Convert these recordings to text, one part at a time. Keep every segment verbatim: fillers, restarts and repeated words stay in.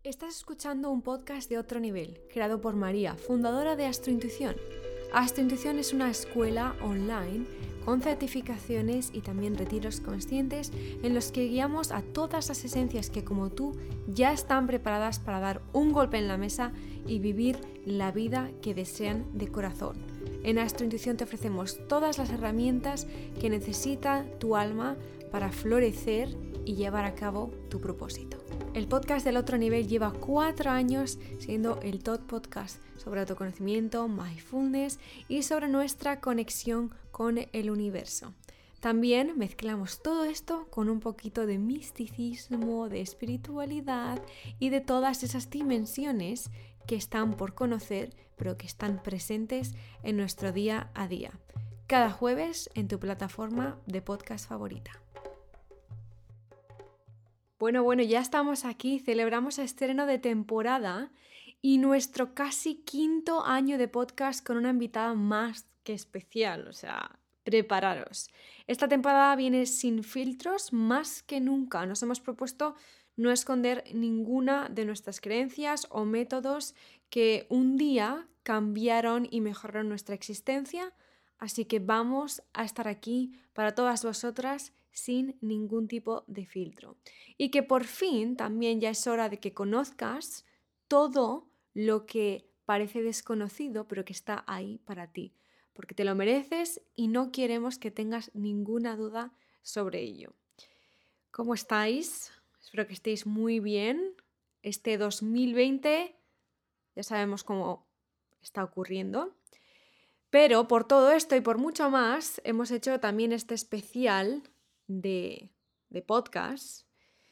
Estás escuchando un podcast de otro nivel, creado por María, fundadora de Astrointuición. Astrointuición es una escuela online con certificaciones y también retiros conscientes en los que guiamos a todas las esencias que, como tú, ya están preparadas para dar un golpe en la mesa y vivir la vida que desean de corazón. En Astrointuición te ofrecemos todas las herramientas que necesita tu alma para florecer y llevar a cabo tu propósito. El podcast del otro nivel lleva cuatro años siendo el top podcast sobre autoconocimiento, mindfulness y sobre nuestra conexión con el universo. También mezclamos todo esto con un poquito de misticismo, de espiritualidad y de todas esas dimensiones que están por conocer, pero que están presentes en nuestro día a día. Cada jueves en tu plataforma de podcast favorita. Bueno, bueno, ya estamos aquí, celebramos estreno de temporada y nuestro casi quinto año de podcast con una invitada más que especial, o sea, prepararos. Esta temporada viene sin filtros más que nunca. Nos hemos propuesto no esconder ninguna de nuestras creencias o métodos que un día cambiaron y mejoraron nuestra existencia, así que vamos a estar aquí para todas vosotras sin ningún tipo de filtro. Y que por fin también ya es hora de que conozcas todo lo que parece desconocido, pero que está ahí para ti, porque te lo mereces y no queremos que tengas ninguna duda sobre ello. ¿Cómo estáis? Espero que estéis muy bien. Este dos mil veinte ya sabemos cómo está ocurriendo. Pero por todo esto y por mucho más, hemos hecho también este especial de, de podcast.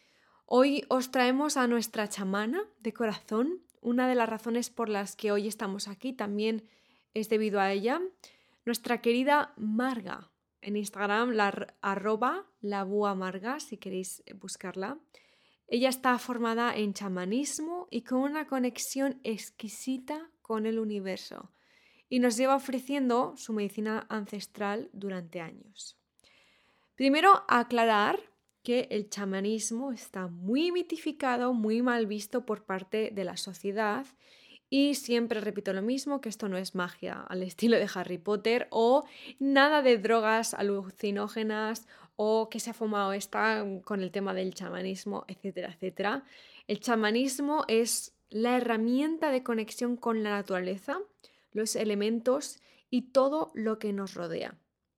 Hoy os traemos a nuestra chamana de corazón. Una de las razones por las que hoy estamos aquí también es debido a ella. Nuestra querida Marga. En Instagram, la arroba la búa Marga, si queréis buscarla. Ella está formada en chamanismo y con una conexión exquisita con el universo. Y nos lleva ofreciendo su medicina ancestral durante años. Primero, aclarar que el chamanismo está muy mitificado, muy mal visto por parte de la sociedad y siempre repito lo mismo, que esto no es magia al estilo de Harry Potter o nada de drogas alucinógenas o que se ha fumado esta con el tema del chamanismo, etcétera, etcétera. El chamanismo es la herramienta de conexión con la naturaleza, los elementos y todo lo que nos rodea.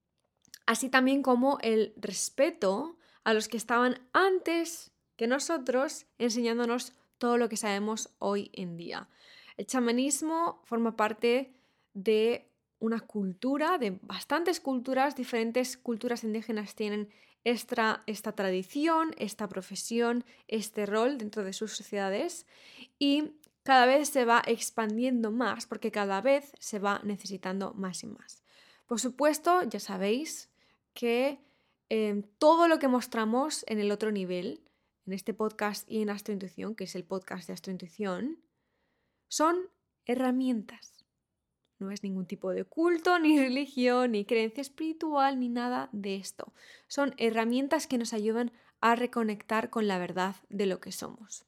Así también como el respeto a los que estaban antes que nosotros enseñándonos todo lo que sabemos hoy en día. El chamanismo forma parte de una cultura, de bastantes culturas, diferentes culturas indígenas tienen esta, esta tradición, esta profesión, este rol dentro de sus sociedades y cada vez se va expandiendo más porque cada vez se va necesitando más y más. Por supuesto, ya sabéis que eh, todo lo que mostramos en el otro nivel, en este podcast y en Astrointuición, que es el podcast de Astrointuición, son herramientas. No es ningún tipo de culto, ni religión, ni creencia espiritual, ni nada de esto. Son herramientas que nos ayudan a reconectar con la verdad de lo que somos.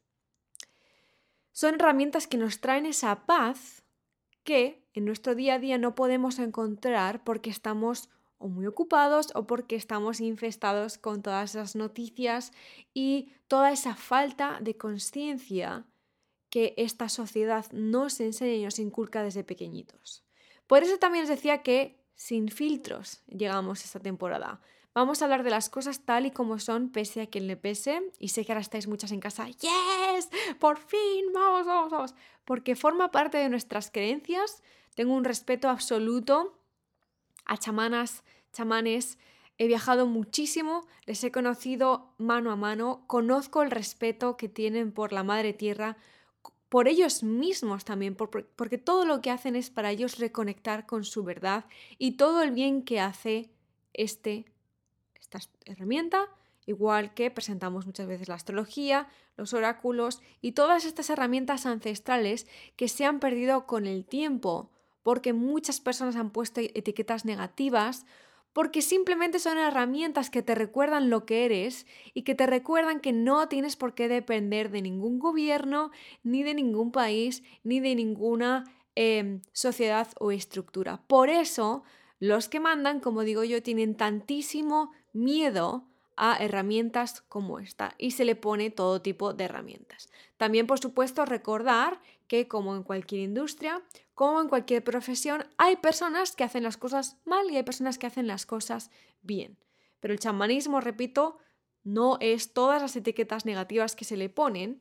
Son herramientas que nos traen esa paz que en nuestro día a día no podemos encontrar porque estamos o muy ocupados o porque estamos infestados con todas esas noticias y toda esa falta de conciencia que esta sociedad nos enseña y nos inculca desde pequeñitos. Por eso también os decía que sin filtros llegamos a esta temporada. Vamos a hablar de las cosas tal y como son, pese a quien le pese. Y sé que ahora estáis muchas en casa. ¡Yes! ¡Por fin! ¡Vamos, vamos, vamos! Porque forma parte de nuestras creencias. Tengo un respeto absoluto a chamanas, chamanes. He viajado muchísimo, les he conocido mano a mano. Conozco el respeto que tienen por la Madre Tierra, por ellos mismos también, porque todo lo que hacen es para ellos reconectar con su verdad y todo el bien que hace este, esta herramienta, igual que presentamos muchas veces la astrología, los oráculos y todas estas herramientas ancestrales que se han perdido con el tiempo, porque muchas personas han puesto etiquetas negativas porque simplemente son herramientas que te recuerdan lo que eres y que te recuerdan que no tienes por qué depender de ningún gobierno, ni de ningún país, ni de ninguna eh, sociedad o estructura. Por eso, los que mandan, como digo yo, tienen tantísimo miedo a herramientas como esta y se le pone todo tipo de herramientas. También, por supuesto, recordar que como en cualquier industria, como en cualquier profesión, hay personas que hacen las cosas mal y hay personas que hacen las cosas bien. Pero el chamanismo, repito, no es todas las etiquetas negativas que se le ponen.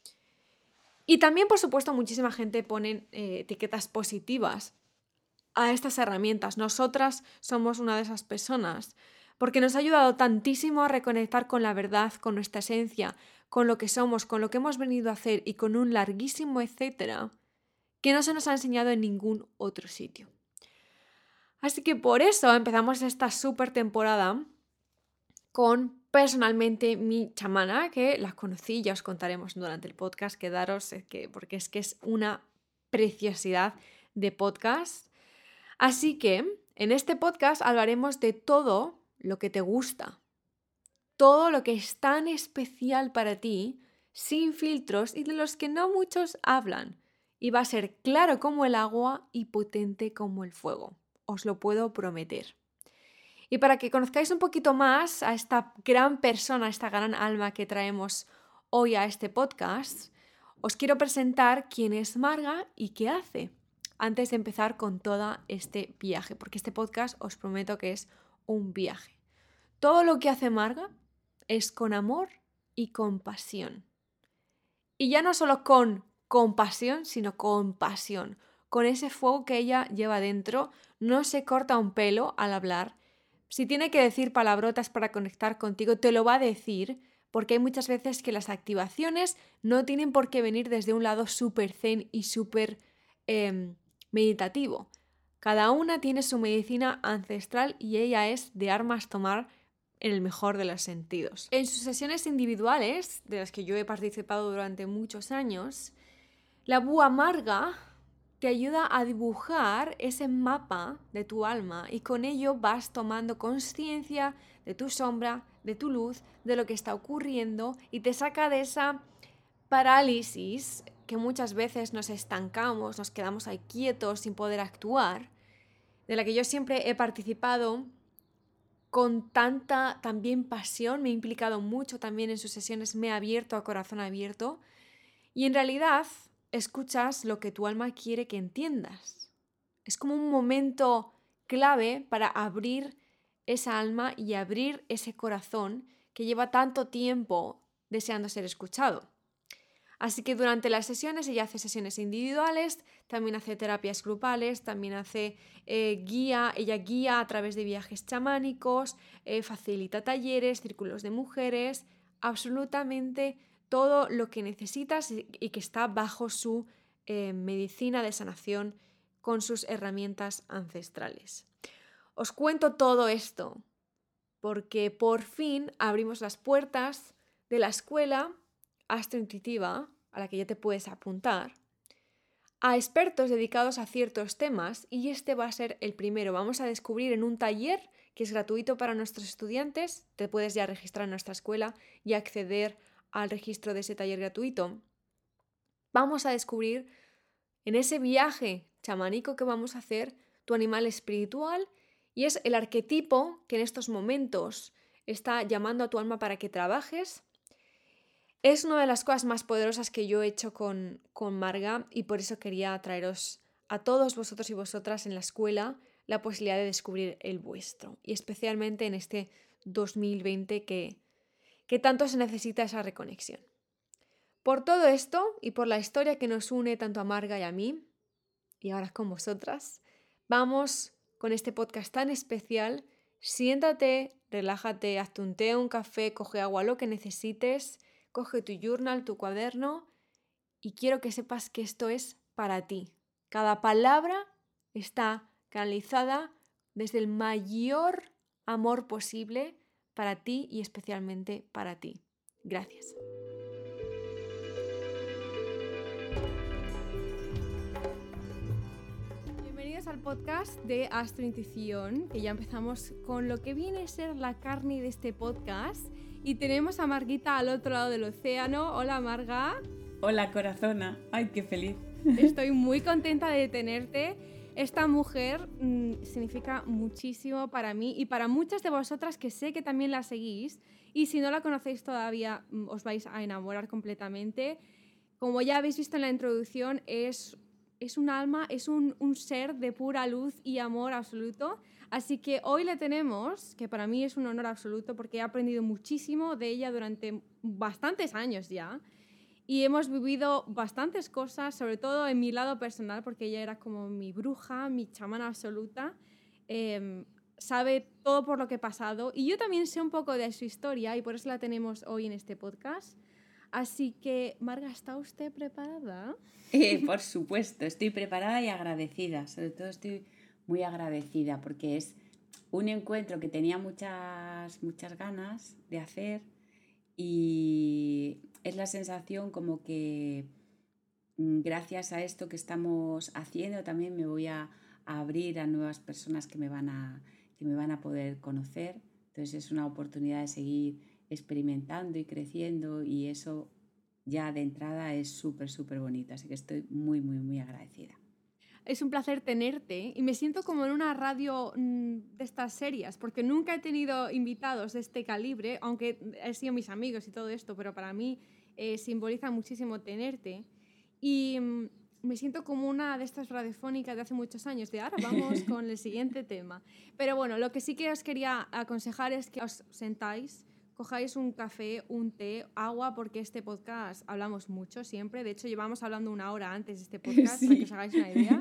Y también, por supuesto, muchísima gente pone eh, etiquetas positivas a estas herramientas. Nosotras somos una de esas personas porque nos ha ayudado tantísimo a reconectar con la verdad, con nuestra esencia, con lo que somos, con lo que hemos venido a hacer y con un larguísimo etcétera, que no se nos ha enseñado en ningún otro sitio. Así que por eso empezamos esta súper temporada con personalmente mi chamana, que la conocí, ya os contaremos durante el podcast, quedaros, que, porque es que es una preciosidad de podcast. Así que en este podcast hablaremos de todo lo que te gusta, todo lo que es tan especial para ti, sin filtros y de los que no muchos hablan. Y va a ser claro como el agua y potente como el fuego. Os lo puedo prometer. Y para que conozcáis un poquito más a esta gran persona, a esta gran alma que traemos hoy a este podcast, os quiero presentar quién es Marga y qué hace, antes de empezar con todo este viaje, porque este podcast os prometo que es un viaje. Todo lo que hace Marga es con amor y compasión. Y ya no solo con compasión, sino con pasión. Con ese fuego que ella lleva dentro, no se corta un pelo al hablar. Si tiene que decir palabrotas para conectar contigo, te lo va a decir, porque hay muchas veces que las activaciones no tienen por qué venir desde un lado súper zen y súper eh, meditativo. Cada una tiene su medicina ancestral y ella es de armas tomar en el mejor de los sentidos. En sus sesiones individuales, de las que yo he participado durante muchos años, la Búa Marga te ayuda a dibujar ese mapa de tu alma y con ello vas tomando conciencia de tu sombra, de tu luz, de lo que está ocurriendo y te saca de esa parálisis que muchas veces nos estancamos, nos quedamos ahí quietos sin poder actuar, de la que yo siempre he participado con tanta también pasión, me he implicado mucho también en sus sesiones, me he abierto a corazón abierto y en realidad escuchas lo que tu alma quiere que entiendas. Es como un momento clave para abrir esa alma y abrir ese corazón que lleva tanto tiempo deseando ser escuchado. Así que durante las sesiones ella hace sesiones individuales, también hace terapias grupales, también hace eh, guía, ella guía a través de viajes chamánicos, eh, facilita talleres, círculos de mujeres, absolutamente todo lo que necesitas y, y que está bajo su eh, medicina de sanación con sus herramientas ancestrales. Os cuento todo esto porque por fin abrimos las puertas de la escuela astrointuitiva, a la que ya te puedes apuntar, a expertos dedicados a ciertos temas y este va a ser el primero. Vamos a descubrir en un taller que es gratuito para nuestros estudiantes, te puedes ya registrar en nuestra escuela y acceder al registro de ese taller gratuito. Vamos a descubrir en ese viaje chamánico que vamos a hacer tu animal espiritual y es el arquetipo que en estos momentos está llamando a tu alma para que trabajes. Es una de las cosas más poderosas que yo he hecho con, con Marga y por eso quería traeros a todos vosotros y vosotras en la escuela la posibilidad de descubrir el vuestro y especialmente en este dos mil veinte que, que tanto se necesita esa reconexión. Por todo esto y por la historia que nos une tanto a Marga y a mí y ahora con vosotras, vamos con este podcast tan especial. Siéntate, relájate, hazte un té, un café, coge agua, lo que necesites. Coge tu journal, tu cuaderno y quiero que sepas que esto es para ti. Cada palabra está canalizada desde el mayor amor posible para ti y especialmente para ti. Gracias. Bienvenidos al al podcast de Astrointuición, que ya empezamos con lo que viene a ser la carne de este podcast. Y tenemos a Marguita al otro lado del océano. Hola, Marga. Hola, corazona. Ay, qué feliz. Estoy muy contenta de tenerte. Esta mujer mmm, significa muchísimo para mí y para muchas de vosotras que sé que también la seguís. Y si no la conocéis todavía, mmm, os vais a enamorar completamente. Como ya habéis visto en la introducción, es... Es un alma, es un, un ser de pura luz y amor absoluto. Así que hoy le tenemos, que para mí es un honor absoluto porque he aprendido muchísimo de ella durante bastantes años ya. Y hemos vivido bastantes cosas, sobre todo en mi lado personal, porque ella era como mi bruja, mi chamana absoluta. Eh, sabe todo por lo que he pasado. Y yo también sé un poco de su historia y por eso la tenemos hoy en este podcast. Así que, Marga, ¿está usted preparada? Eh, por supuesto, estoy preparada y agradecida. Sobre todo estoy muy agradecida porque es un encuentro que tenía muchas, muchas ganas de hacer y es la sensación como que gracias a esto que estamos haciendo también me voy a, a abrir a nuevas personas que me, van a, que me van a poder conocer. Entonces es una oportunidad de seguir experimentando y creciendo y eso ya de entrada es súper, súper bonito. Así que estoy muy, muy, muy agradecida. Es un placer tenerte y me siento como en una radio mmm, de estas serias, porque nunca he tenido invitados de este calibre, aunque he sido mis amigos y todo esto, pero para mí eh, simboliza muchísimo tenerte. Y mmm, me siento como una de estas radiofónicas de hace muchos años, de ahora vamos con el siguiente tema. Pero bueno, lo que sí que os quería aconsejar es que os sentáis, cojáis un café, un té, agua, porque este podcast hablamos mucho siempre. De hecho, llevamos hablando una hora antes de este podcast, sí, para que os hagáis una idea.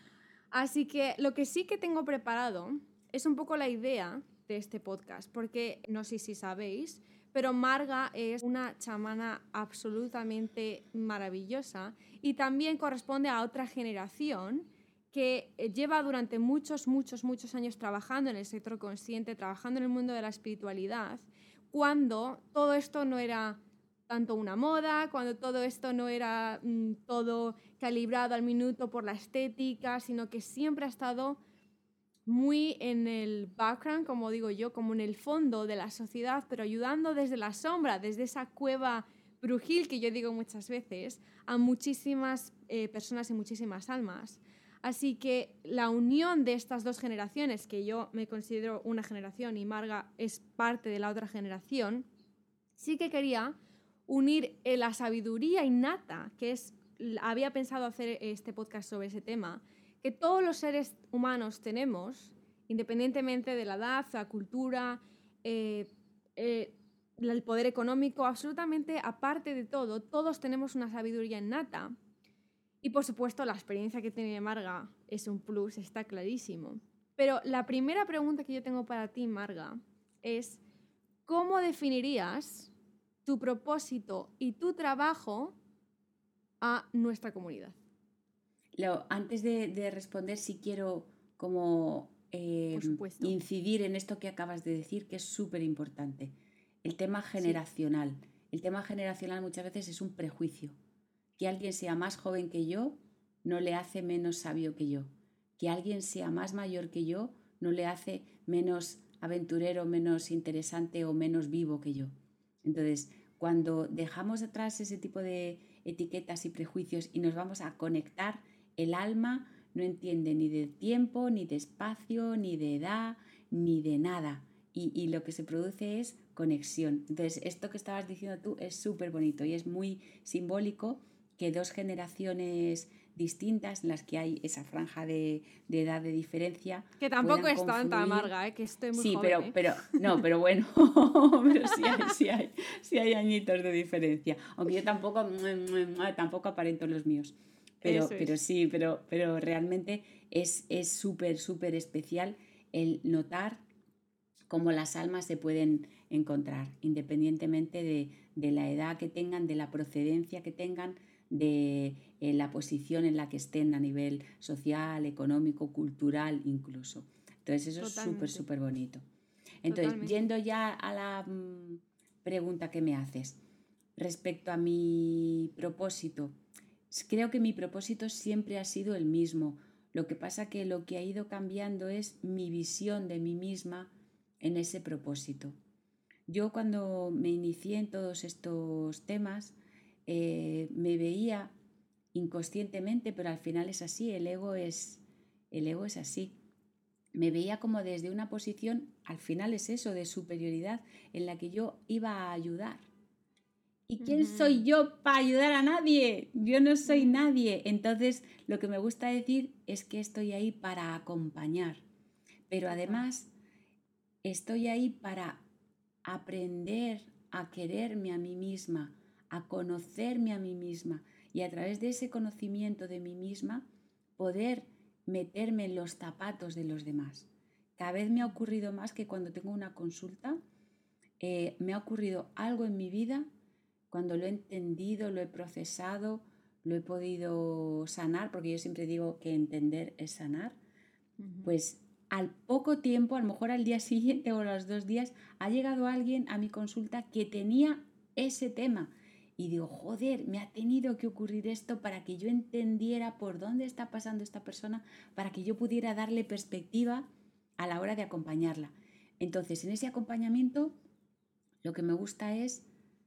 Así que lo que sí que tengo preparado es un poco la idea de este podcast, porque no sé si sabéis, pero Marga es una chamana absolutamente maravillosa y también corresponde a otra generación que lleva durante muchos, muchos, muchos años trabajando en el sector consciente, trabajando en el mundo de la espiritualidad, cuando todo esto no era tanto una moda, cuando todo esto no era mmm, todo calibrado al minuto por la estética, sino que siempre ha estado muy en el background, como digo yo, como en el fondo de la sociedad, pero ayudando desde la sombra, desde esa cueva brujil que yo digo muchas veces, a muchísimas eh, personas y muchísimas almas. Así que la unión de estas dos generaciones, que yo me considero una generación y Marga es parte de la otra generación, sí que quería unir la sabiduría innata, que es, había pensado hacer este podcast sobre ese tema, que todos los seres humanos tenemos, independientemente de la edad, la cultura, eh, eh, el poder económico, absolutamente aparte de todo, todos tenemos una sabiduría innata. Y por supuesto la experiencia que tiene Marga es un plus, está clarísimo. Pero la primera pregunta que yo tengo para ti, Marga, es ¿cómo definirías tu propósito y tu trabajo a nuestra comunidad? Lo, antes de, de responder, sí quiero como eh, incidir en esto que acabas de decir, que es súper importante. El tema generacional. Sí. El tema generacional muchas veces es un prejuicio. Que alguien sea más joven que yo no le hace menos sabio que yo. Que alguien sea más mayor que yo no le hace menos aventurero, menos interesante o menos vivo que yo. Entonces, cuando dejamos atrás ese tipo de etiquetas y prejuicios y nos vamos a conectar, el alma no entiende ni de tiempo, ni de espacio, ni de edad, ni de nada. Y, y lo que se produce es conexión. Entonces, esto que estabas diciendo tú es súper bonito y es muy simbólico que dos generaciones distintas en las que hay esa franja de, de edad de diferencia. Que tampoco es tanta, Marga, ¿eh? Que estoy muy sí, joven. pero, ¿eh? pero, no, pero bueno, pero sí hay, sí, hay, sí hay añitos de diferencia. Aunque yo tampoco, tampoco aparento los míos. Pero, pero sí, pero, pero realmente es súper, súper especial el notar cómo las almas se pueden encontrar, independientemente de, de la edad que tengan, de la procedencia que tengan, de eh, la posición en la que estén a nivel social, económico, cultural incluso. Entonces eso Totalmente. es súper, súper bonito. Entonces, Totalmente. yendo ya a la mmm, pregunta que me haces, respecto a mi propósito, creo que mi propósito siempre ha sido el mismo. Lo que pasa que lo que ha ido cambiando es mi visión de mí misma en ese propósito. Yo cuando me inicié en todos estos temas eh, me veía inconscientemente, pero al final es así, el ego es, el ego es así. Me veía como desde una posición, al final es eso, de superioridad, en la que yo iba a ayudar. ¿Y quién soy yo para ayudar a nadie? Yo no soy nadie. Entonces, lo que me gusta decir es que estoy ahí para acompañar. Pero además, estoy ahí para aprender a quererme a mí misma, a conocerme a mí misma y a través de ese conocimiento de mí misma poder meterme en los zapatos de los demás. Cada vez me ha ocurrido más que cuando tengo una consulta, eh, me ha ocurrido algo en mi vida. Cuando lo he entendido, lo he procesado, lo he podido sanar, porque yo siempre digo que entender es sanar, uh-huh. Pues al poco tiempo, a lo mejor al día siguiente o a los dos días, ha llegado alguien a mi consulta que tenía ese tema. Y digo, joder, me ha tenido que ocurrir esto para que yo entendiera por dónde está pasando esta persona, para que yo pudiera darle perspectiva a la hora de acompañarla. Entonces, en ese acompañamiento, lo que me gusta es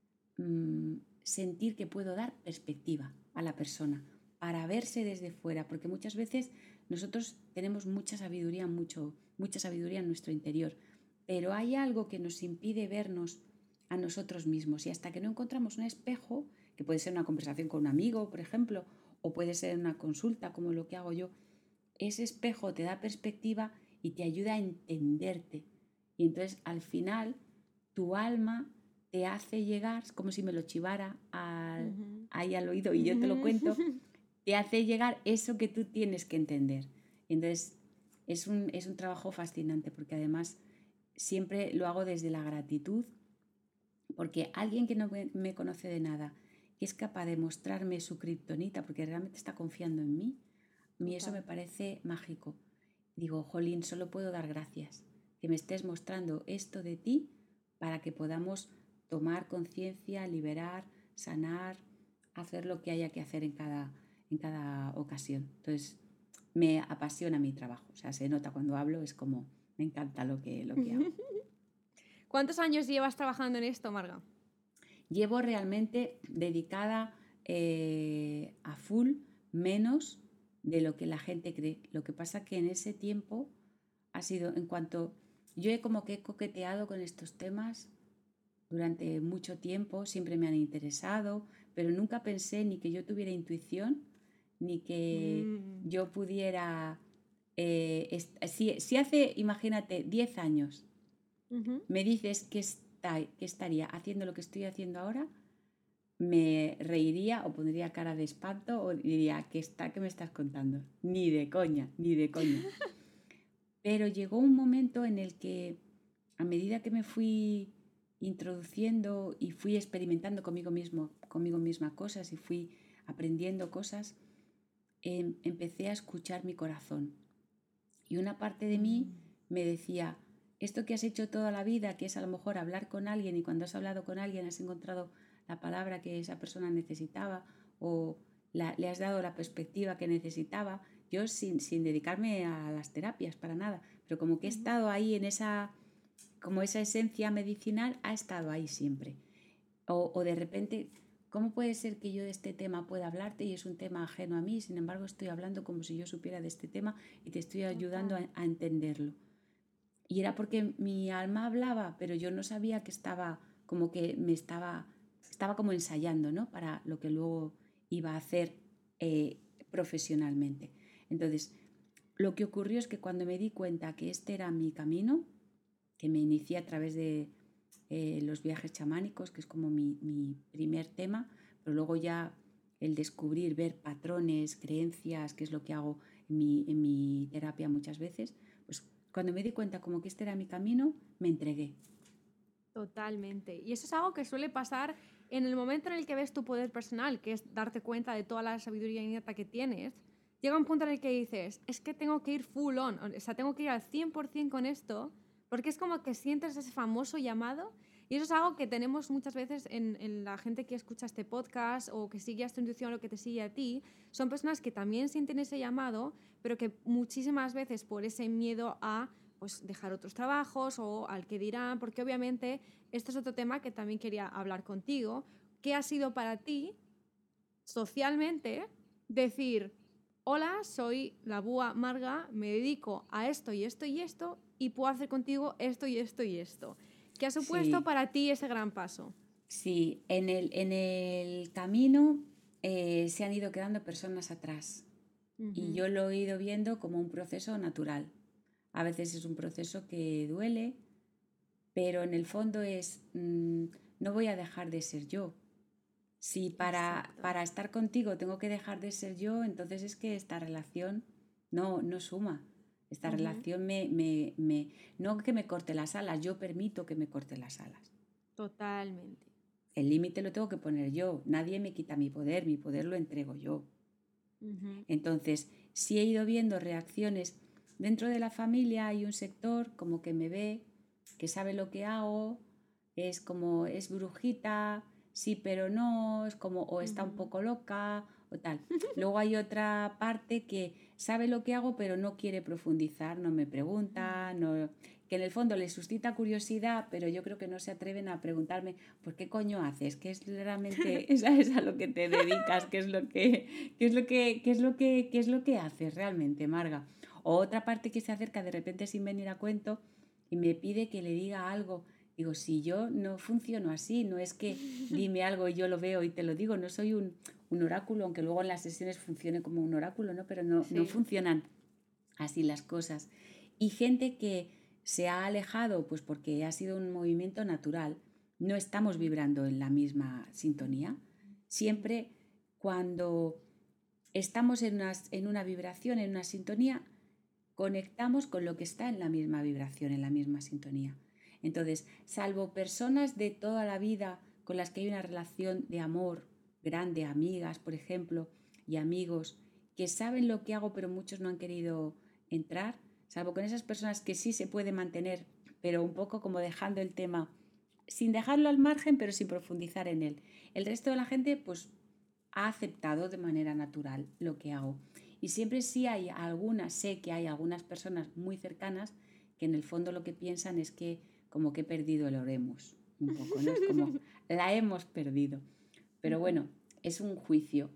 sentir que puedo dar perspectiva a la persona para verse desde fuera, porque muchas veces nosotros tenemos mucha sabiduría, mucho, mucha sabiduría en nuestro interior, pero hay algo que nos impide vernos a nosotros mismos y hasta que no encontramos un espejo, que puede ser una conversación con un amigo, por ejemplo, o puede ser una consulta como lo que hago yo, ese espejo te da perspectiva y te ayuda a entenderte y entonces al final tu alma te hace llegar, como si me lo chivara al, uh-huh. ahí al oído y yo te lo cuento, te hace llegar eso que tú tienes que entender. Entonces es un, es un trabajo fascinante porque además siempre lo hago desde la gratitud, porque alguien que no me, me conoce de nada, que es capaz de mostrarme su kriptonita porque realmente está confiando en mí, a mí eso me parece mágico. Digo, jolín, solo puedo dar gracias que me estés mostrando esto de ti para que podamos tomar conciencia, liberar, sanar, hacer lo que haya que hacer en cada, en cada ocasión. Entonces, me apasiona mi trabajo. O sea, se nota cuando hablo, es como, me encanta lo que, lo que hago. ¿Cuántos años llevas trabajando en esto, Marga? Llevo realmente dedicada eh, a full menos de lo que la gente cree. Lo que pasa que en ese tiempo ha sido, en cuanto yo he como que he coqueteado con estos temas durante mucho tiempo, siempre me han interesado, pero nunca pensé ni que yo tuviera intuición, ni que mm. yo pudiera... Eh, est- si, si hace, imagínate, diez años uh-huh. me dices que, está, que estaría haciendo lo que estoy haciendo ahora, me reiría o pondría cara de espanto o diría, ¿qué está, qué me estás contando? Ni de coña, ni de coña. Pero llegó un momento en el que, a medida que me fui introduciendo y fui experimentando conmigo mismo, conmigo misma cosas y fui aprendiendo cosas, eh, empecé a escuchar mi corazón. Y una parte de mí me decía, esto que has hecho toda la vida, que es a lo mejor hablar con alguien y cuando has hablado con alguien has encontrado la palabra que esa persona necesitaba o la, le has dado la perspectiva que necesitaba, yo sin, sin dedicarme a las terapias para nada, pero como que he estado ahí en esa, como esa esencia medicinal ha estado ahí siempre. O, o de repente, ¿cómo puede ser que yo de este tema pueda hablarte y es un tema ajeno a mí? Sin embargo, estoy hablando como si yo supiera de este tema y te estoy ayudando a, a entenderlo. Y era porque mi alma hablaba, pero yo no sabía que estaba, como que me estaba, estaba como ensayando, ¿no? Para lo que luego iba a hacer eh, profesionalmente. Entonces, lo que ocurrió es que cuando me di cuenta que este era mi camino, que me inicié a través de eh, los viajes chamánicos, que es como mi, mi primer tema, pero luego ya el descubrir, ver patrones, creencias, que es lo que hago en mi, en mi terapia muchas veces, pues cuando me di cuenta como que este era mi camino, me entregué. Totalmente. Y eso es algo que suele pasar en el momento en el que ves tu poder personal, que es darte cuenta de toda la sabiduría innata que tienes. Llega un punto en el que dices, es que tengo que ir full on, o sea, tengo que ir al cien por ciento con esto, porque es como que sientes ese famoso llamado Y eso es algo que tenemos muchas veces en, en la gente que escucha este podcast o que sigue a esta intuición o que te sigue a ti. Son personas que también sienten ese llamado, pero que muchísimas veces por ese miedo a pues, dejar otros trabajos o al que dirán, porque obviamente este es otro tema que también quería hablar contigo. ¿Qué ha sido para ti socialmente decir, hola, soy la búa Marga, me dedico a esto y esto y esto y puedo hacer contigo esto y esto y esto? ¿Qué ha supuesto Sí, para ti ese gran paso? sí, en el, en el camino eh, se han ido quedando personas atrás y Ujú. yo lo he ido viendo como un proceso natural. A veces es un proceso que duele, pero en el fondo es, mm, no voy a dejar de ser yo. Si para, Exacto. para estar contigo tengo que dejar de ser yo, entonces es que esta relación no, no suma. Esta Ujú. relación me, me, me, no que me corte las alas, yo permito que me corte las alas. Totalmente. El límite lo tengo que poner yo, nadie me quita mi poder, mi poder lo entrego yo. Ujú. Entonces, sí he ido viendo reacciones. Dentro de la familia hay un sector como que me ve, que sabe lo que hago, es como es brujita, sí pero no, es como o está un Ujú. poco loca o tal. Luego hay otra parte que sabe lo que hago pero no quiere profundizar, no me pregunta, no, que en el fondo les suscita curiosidad, pero yo creo que no se atreven a preguntarme ¿por qué coño haces? ¿Qué es realmente ¿sabes? A lo que te dedicas? ¿Qué es lo que, qué es lo que, qué es lo que, qué es lo que haces realmente, Marga? O otra parte que se acerca de repente sin venir a cuento y me pide que le diga algo. Digo, si yo no funciono así, no es que dime algo y yo lo veo y te lo digo, no soy un, un oráculo, aunque luego en las sesiones funcione como un oráculo, ¿no? Pero no, no Sí. funcionan así las cosas. Y gente que se ha alejado, pues porque ha sido un movimiento natural, no estamos vibrando en la misma sintonía. Siempre cuando estamos en una, en una vibración, en una sintonía, conectamos con lo que está en la misma vibración, en la misma sintonía. Entonces, salvo personas de toda la vida con las que hay una relación de amor grande, amigas, por ejemplo, y amigos, que saben lo que hago, pero muchos no han querido entrar, salvo con esas personas que sí se puede mantener, pero un poco como dejando el tema, sin dejarlo al margen, pero sin profundizar en él. El resto de la gente, pues, ha aceptado de manera natural lo que hago. Y siempre sí hay algunas, sé que hay algunas personas muy cercanas que en el fondo lo que piensan es que como que he perdido el oremos, un poco, ¿no? Es como la hemos perdido. Pero bueno, es un juicio.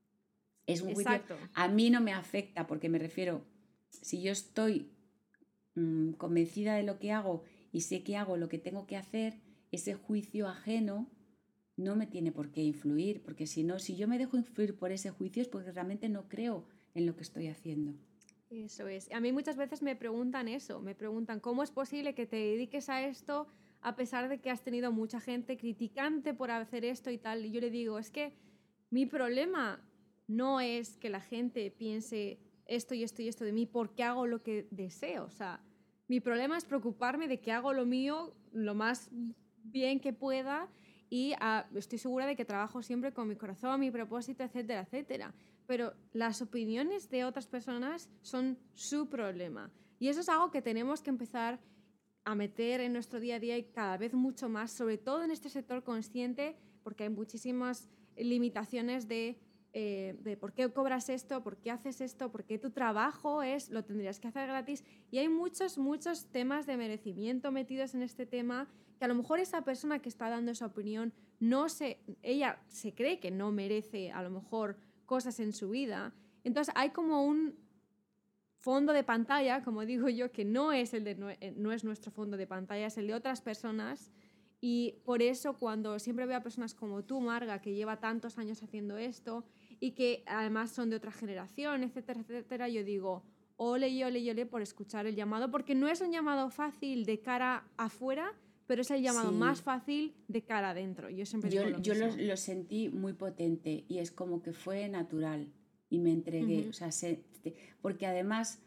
Es un juicio. Exacto. A mí no me afecta porque me refiero, si yo estoy mmm, convencida de lo que hago y sé que hago lo que tengo que hacer, ese juicio ajeno no me tiene por qué influir, porque si no, si yo me dejo influir por ese juicio es porque realmente no creo en lo que estoy haciendo. Eso es. A mí muchas veces me preguntan eso, me preguntan cómo es posible que te dediques a esto a pesar de que has tenido mucha gente criticante por hacer esto y tal. Y yo le digo, es que mi problema no es que la gente piense esto y esto y esto de mí porque hago lo que deseo. O sea, mi problema es preocuparme de que hago lo mío lo más bien que pueda y uh, estoy segura de que trabajo siempre con mi corazón, mi propósito, etcétera, etcétera. Pero las opiniones de otras personas son su problema. Y eso es algo que tenemos que empezar a meter en nuestro día a día y cada vez mucho más, sobre todo en este sector consciente, porque hay muchísimas limitaciones de, eh, de por qué cobras esto, por qué haces esto, por qué tu trabajo es, lo tendrías que hacer gratis. Y hay muchos, muchos temas de merecimiento metidos en este tema que a lo mejor esa persona que está dando esa opinión, no se, ella se cree que no merece a lo mejor cosas en su vida. Entonces hay como un fondo de pantalla, como digo yo, que no es, el de, no es nuestro fondo de pantalla, es el de otras personas. Y por eso cuando siempre veo a personas como tú, Marga, que lleva tantos años haciendo esto y que además son de otra generación, etcétera, etcétera, yo digo, ole y ole y ole por escuchar el llamado, porque no es un llamado fácil de cara afuera, pero es el llamado Sí. más fácil de cara adentro. Yo siempre yo, digo lo yo mismo. Lo, lo sentí muy potente y es como que fue natural y me entregué, Uh-huh. o sea, se, porque además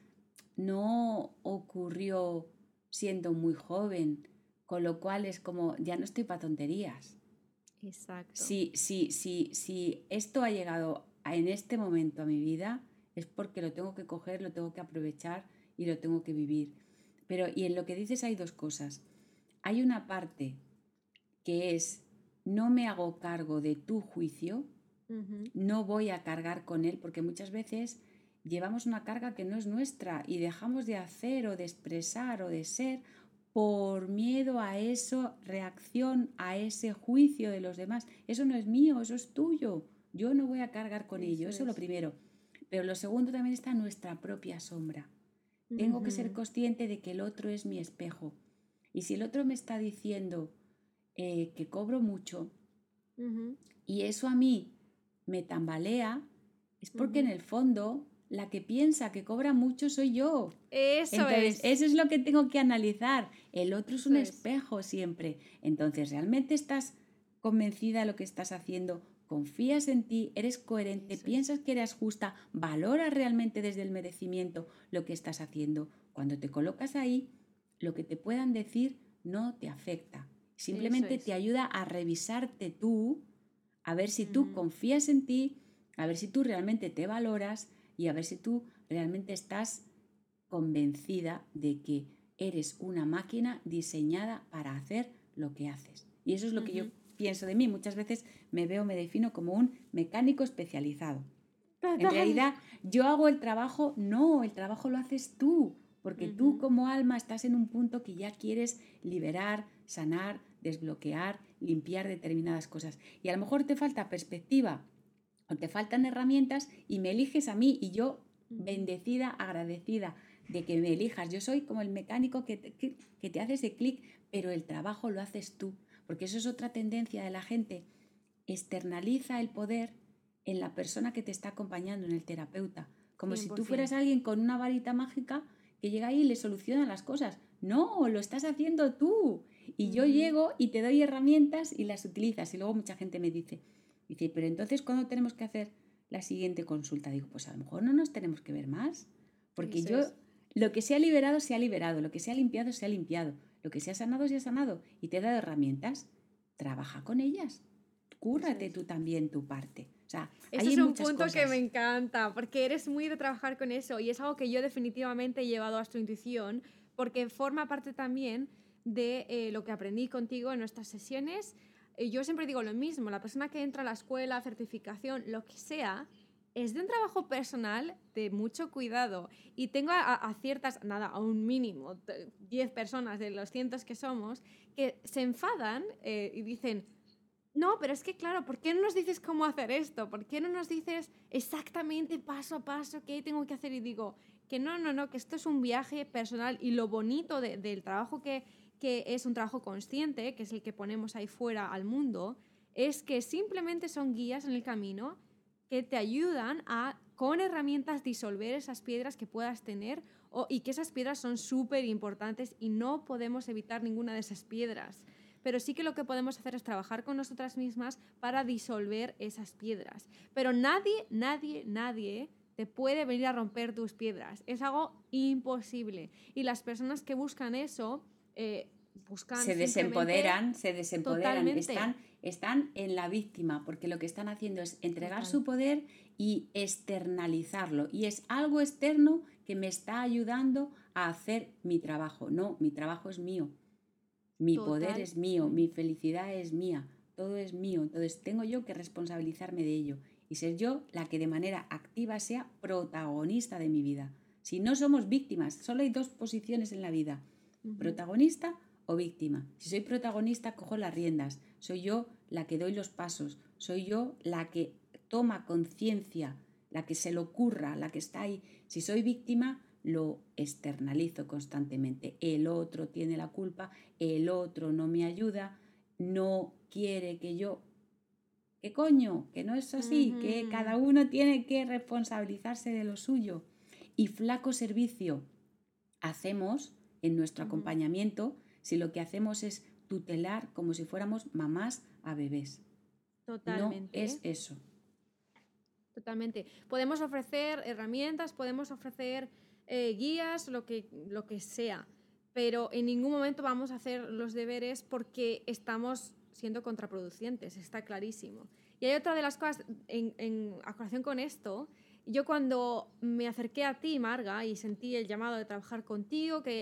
no ocurrió siendo muy joven, con lo cual es como, ya no estoy para tonterías. Exacto. Si, si, si, si esto ha llegado a, en este momento a mi vida, es porque lo tengo que coger, lo tengo que aprovechar y lo tengo que vivir. Pero, y en lo que dices hay dos cosas. Hay una parte que es no me hago cargo de tu juicio, uh-huh. no voy a cargar con él, porque muchas veces llevamos una carga que no es nuestra y dejamos de hacer o de expresar o de ser por miedo a esa reacción, a ese juicio de los demás. Eso no es mío, eso es tuyo. Yo no voy a cargar con eso ello, eso es lo primero. Pero lo segundo también está nuestra propia sombra. Uh-huh. Tengo que ser consciente de que el otro es mi espejo. Y si el otro me está diciendo eh, que cobro mucho uh-huh. y eso a mí me tambalea, es porque uh-huh. en el fondo la que piensa que cobra mucho soy yo. Eso Entonces, es. Eso es lo que tengo que analizar. El otro es un eso espejo es. siempre. Entonces, ¿realmente estás convencida de lo que estás haciendo? ¿Confías en ti? ¿Eres coherente? Eso ¿Piensas es. que eres justa? ¿Valoras realmente desde el merecimiento lo que estás haciendo? Cuando te colocas ahí, lo que te puedan decir no te afecta. Simplemente es. te ayuda a revisarte tú, a ver si tú uh-huh. confías en ti, a ver si tú realmente te valoras y a ver si tú realmente estás convencida de que eres una máquina diseñada para hacer lo que haces. Y eso es lo uh-huh. que yo pienso de mí. Muchas veces me veo, me defino como un mecánico especializado. Total. En realidad, yo hago el trabajo, no, el trabajo lo haces tú, porque uh-huh. tú como alma estás en un punto que ya quieres liberar, sanar, desbloquear, limpiar determinadas cosas. Y a lo mejor te falta perspectiva o te faltan herramientas y me eliges a mí y yo, uh-huh. bendecida, agradecida de que me elijas. Yo soy como el mecánico que te, que, que te hace ese clic, pero el trabajo lo haces tú, porque eso es otra tendencia de la gente. Externaliza el poder en la persona que te está acompañando, en el terapeuta, como cien por ciento. Si tú fueras alguien con una varita mágica que llega ahí y le soluciona las cosas. No, lo estás haciendo tú. Y uh-huh. yo llego y te doy herramientas y las utilizas. Y luego mucha gente me dice, dice, pero entonces ¿cuándo tenemos que hacer la siguiente consulta? Digo, pues a lo mejor no nos tenemos que ver más, porque Eso yo, es. Lo que se ha liberado, se ha liberado, lo que se ha limpiado, se ha limpiado, lo que se ha sanado, se ha sanado, y te he dado herramientas, trabaja con ellas, cúrrate es. Tú también tu parte. O sea, eso es un punto cosas. Que me encanta, porque eres muy de trabajar con eso, y es algo que yo definitivamente he llevado a tu intuición, porque forma parte también de eh, lo que aprendí contigo en nuestras sesiones. Yo siempre digo lo mismo, la persona que entra a la escuela, certificación, lo que sea, es de un trabajo personal de mucho cuidado. Y tengo a, a ciertas, nada, a un mínimo, diez personas de los cientos que somos, que se enfadan eh, y dicen, no, pero es que claro, ¿por qué no nos dices cómo hacer esto? ¿Por qué no nos dices exactamente paso a paso qué tengo que hacer? Y digo, que no, no, no, que esto es un viaje personal y lo bonito de, del trabajo que... que es un trabajo consciente, que es el que ponemos ahí fuera al mundo, es que simplemente son guías en el camino que te ayudan a, con herramientas, disolver esas piedras que puedas tener o, y que esas piedras son súper importantes y no podemos evitar ninguna de esas piedras. Pero sí que lo que podemos hacer es trabajar con nosotras mismas para disolver esas piedras. Pero nadie, nadie, nadie te puede venir a romper tus piedras. Es algo imposible. Y las personas que buscan eso... Eh, buscan se desempoderan, se desempoderan, están, están en la víctima, porque lo que están haciendo es entregar Total. Su poder y externalizarlo, y es algo externo que me está ayudando a hacer mi trabajo. No, mi trabajo es mío, mi Total. Poder es mío, mi felicidad es mía, todo es mío, entonces tengo yo que responsabilizarme de ello y ser yo la que de manera activa sea protagonista de mi vida. Si no somos víctimas, solo hay dos posiciones en la vida, uh-huh. protagonista o víctima. Si soy protagonista, cojo las riendas, soy yo la que doy los pasos, soy yo la que toma conciencia, la que se le ocurra, la que está ahí. Si soy víctima, lo externalizo constantemente. El otro tiene la culpa, el otro no me ayuda, no quiere que yo... ¿Qué coño? Que no es así, uh-huh. que cada uno tiene que responsabilizarse de lo suyo. Y flaco servicio hacemos en nuestro uh-huh. acompañamiento si lo que hacemos es tutelar como si fuéramos mamás a bebés. Totalmente. No es eso. Totalmente. Podemos ofrecer herramientas, podemos ofrecer eh, guías, lo que, lo que sea, pero en ningún momento vamos a hacer los deberes porque estamos siendo contraproducentes, está clarísimo. Y hay otra de las cosas, en, en a colación con esto, yo cuando me acerqué a ti, Marga, y sentí el llamado de trabajar contigo, que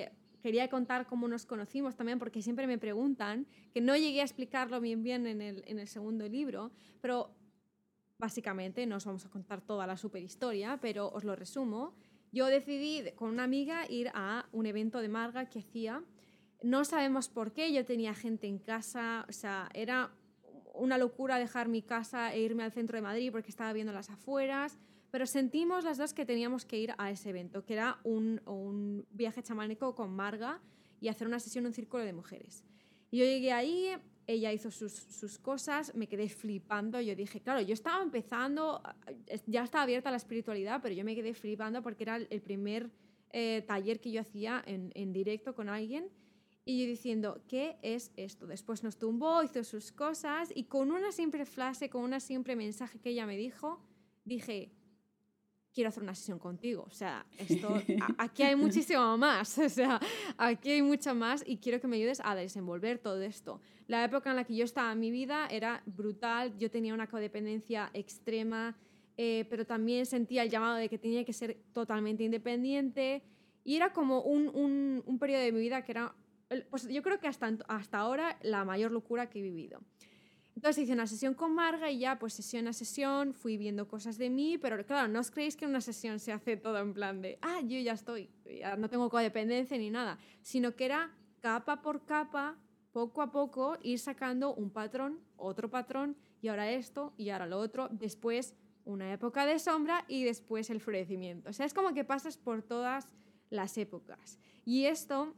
quería contar cómo nos conocimos también, porque siempre me preguntan, que no llegué a explicarlo bien bien en el, en el segundo libro, pero básicamente no os vamos a contar toda la superhistoria, pero os lo resumo. Yo decidí con una amiga ir a un evento de Marga que hacía. No sabemos por qué, yo tenía gente en casa, o sea, era una locura dejar mi casa e irme al centro de Madrid porque estaba viendo las afueras, pero sentimos las dos que teníamos que ir a ese evento, que era un, un viaje chamánico con Marga y hacer una sesión en un círculo de mujeres. Y yo llegué ahí, ella hizo sus, sus cosas, me quedé flipando, yo dije, claro, yo estaba empezando, ya estaba abierta a la espiritualidad, pero yo me quedé flipando porque era el primer eh, taller que yo hacía en, en directo con alguien. Y yo diciendo, ¿qué es esto? Después nos tumbó, hizo sus cosas y con una simple frase, con una simple mensaje que ella me dijo, dije, quiero hacer una sesión contigo. O sea, esto, a, aquí hay muchísimo más. O sea, aquí hay mucho más y quiero que me ayudes a desenvolver todo esto. La época en la que yo estaba en mi vida era brutal. Yo tenía una codependencia extrema, eh, pero también sentía el llamado de que tenía que ser totalmente independiente. Y era como un, un, un periodo de mi vida que era, pues yo creo que hasta, hasta ahora, la mayor locura que he vivido. Entonces hice una sesión con Marga y ya, pues sesión a sesión, fui viendo cosas de mí, pero claro, no os creéis que en una sesión se hace todo en plan de, ah, yo ya estoy, ya no tengo codependencia ni nada, sino que era capa por capa, poco a poco, ir sacando un patrón, otro patrón, y ahora esto, y ahora lo otro, después una época de sombra y después el florecimiento. O sea, es como que pasas por todas las épocas. Y esto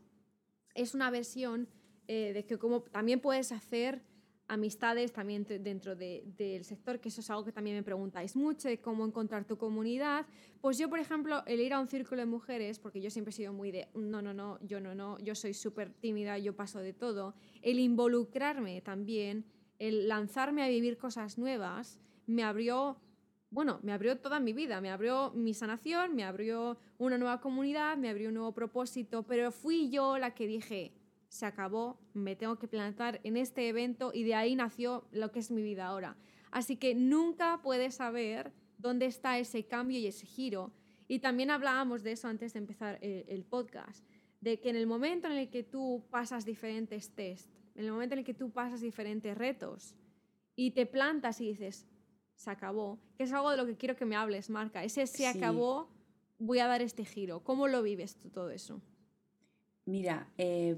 es una versión eh, de que como también puedes hacer amistades también dentro de, del sector, que eso es algo que también me preguntáis mucho, de cómo encontrar tu comunidad. Pues yo, por ejemplo, el ir a un círculo de mujeres, porque yo siempre he sido muy de, no, no, no, yo no, no, yo soy súper tímida, yo paso de todo. El involucrarme también, el lanzarme a vivir cosas nuevas, me abrió, bueno, me abrió toda mi vida, me abrió mi sanación, me abrió una nueva comunidad, me abrió un nuevo propósito, pero fui yo la que dije, se acabó, me tengo que plantar en este evento y de ahí nació lo que es mi vida ahora. Así que nunca puedes saber dónde está ese cambio y ese giro. Y también hablábamos de eso antes de empezar el, el podcast, de que en el momento en el que tú pasas diferentes tests, en el momento en el que tú pasas diferentes retos y te plantas y dices, se acabó, que es algo de lo que quiero que me hables, Marca, ese se sí. acabó, voy a dar este giro. ¿Cómo lo vives tú todo eso? Mira, eh,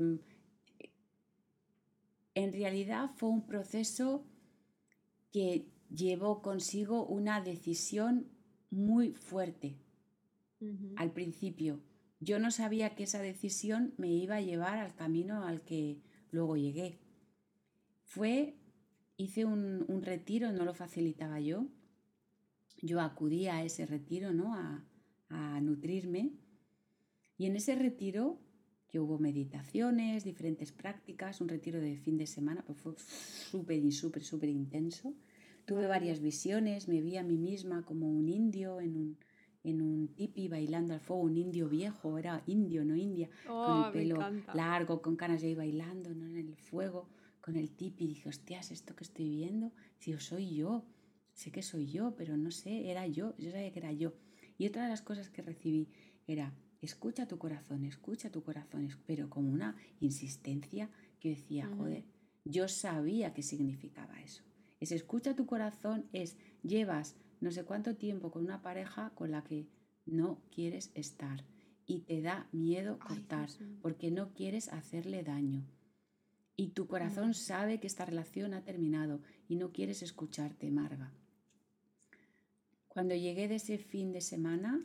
en realidad fue un proceso que llevó consigo una decisión muy fuerte. Uh-huh. Al principio. Yo no sabía que esa decisión me iba a llevar al camino al que luego llegué. Fue, hice un, un retiro, no lo facilitaba yo. Yo acudí a ese retiro, ¿no? A, a nutrirme. Y en ese retiro, que hubo meditaciones, diferentes prácticas, un retiro de fin de semana, pues fue súper, súper, súper intenso. Tuve varias visiones, me vi a mí misma como un indio en un, en un tipi bailando al fuego, un indio viejo, era indio, no india, oh, con el pelo largo, con canas, y ahí bailando, ¿no? En el fuego, con el tipi. Dije, hostias, ¿esto que estoy viendo? Digo, soy yo, sé que soy yo, pero no sé, era yo, yo sabía que era yo. Y otra de las cosas que recibí era, escucha tu corazón, escucha tu corazón, pero como una insistencia que decía, uh-huh. joder, yo sabía qué significaba eso. Es escucha tu corazón, es llevas no sé cuánto tiempo con una pareja con la que no quieres estar y te da miedo cortar. Ay, porque no quieres hacerle daño. Y tu corazón uh-huh. sabe que esta relación ha terminado y no quieres escucharte, Marga. Cuando llegué de ese fin de semana,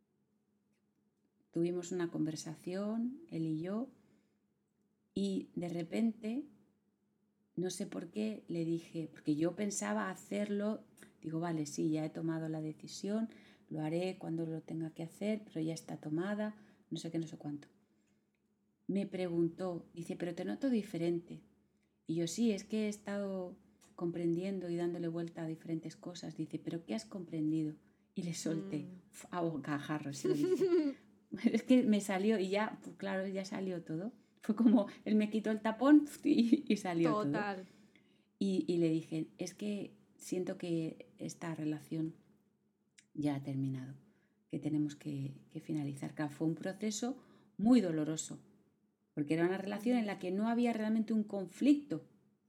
tuvimos una conversación, él y yo, y de repente, no sé por qué, le dije, porque yo pensaba hacerlo, digo, vale, sí, ya he tomado la decisión, lo haré cuando lo tenga que hacer, pero ya está tomada, no sé qué, no sé cuánto. Me preguntó, dice, pero te noto diferente. Y yo, sí, es que he estado comprendiendo y dándole vuelta a diferentes cosas. Dice, ¿pero qué has comprendido? Y le solté, mm. a bocajarros, se lo dije. Es que me salió y ya, pues claro, ya salió todo. Fue como, él me quitó el tapón y, y salió Total. todo. Y, y le dije, es que siento que esta relación ya ha terminado, que tenemos que, que finalizar. Claro, fue un proceso muy doloroso, porque era una relación en la que no había realmente un conflicto,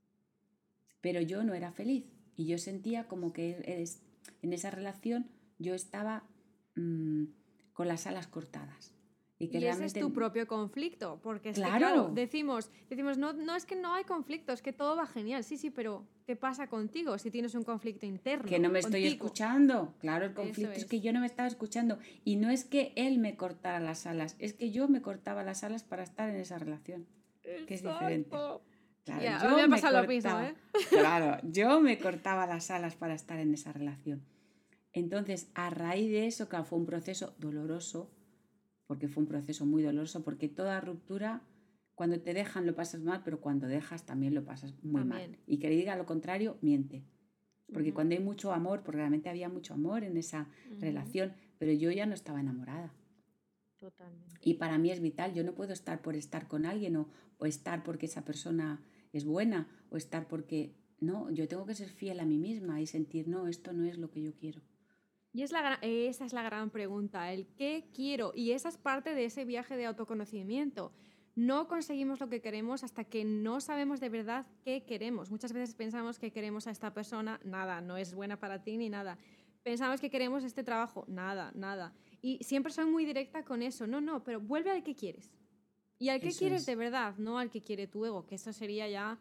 pero yo no era feliz y yo sentía como que es, en esa relación yo estaba mmm, con las alas cortadas. Y, que y realmente... ese es tu propio conflicto, porque es claro, que, claro decimos, decimos no, no es que no hay conflicto, es que todo va genial, sí, sí, pero ¿qué pasa contigo si tienes un conflicto interno? Que no me contigo? Estoy escuchando, claro, el conflicto es. es que yo no me estaba escuchando y no es que él me cortara las alas, es que yo me cortaba las alas para estar en esa relación, Exacto. Que es diferente. Claro, yeah, yo me ha pasado me cortaba, lo mismo, ¿eh? Claro, yo me cortaba las alas para estar en esa relación. Entonces, a raíz de eso, claro, fue un proceso doloroso, porque fue un proceso muy doloroso, porque toda ruptura, cuando te dejan lo pasas mal, pero cuando dejas también lo pasas muy también. mal. Y que le diga lo contrario, miente. Porque uh-huh. cuando hay mucho amor, porque realmente había mucho amor en esa uh-huh. relación, pero yo ya no estaba enamorada. Totalmente. Y para mí es vital, yo no puedo estar por estar con alguien o, o estar porque esa persona es buena o estar porque... No, yo tengo que ser fiel a mí misma y sentir, no, esto no es lo que yo quiero. Y es la, esa es la gran pregunta, el qué quiero. Y esa es parte de ese viaje de autoconocimiento. No conseguimos lo que queremos hasta que no sabemos de verdad qué queremos. Muchas veces pensamos que queremos a esta persona, nada, no es buena para ti ni nada. Pensamos que queremos este trabajo, nada, nada. Y siempre soy muy directa con eso. No, no, pero vuelve al que quieres. Y al que eso quieres es. de verdad, no al que quiere tu ego, que eso sería ya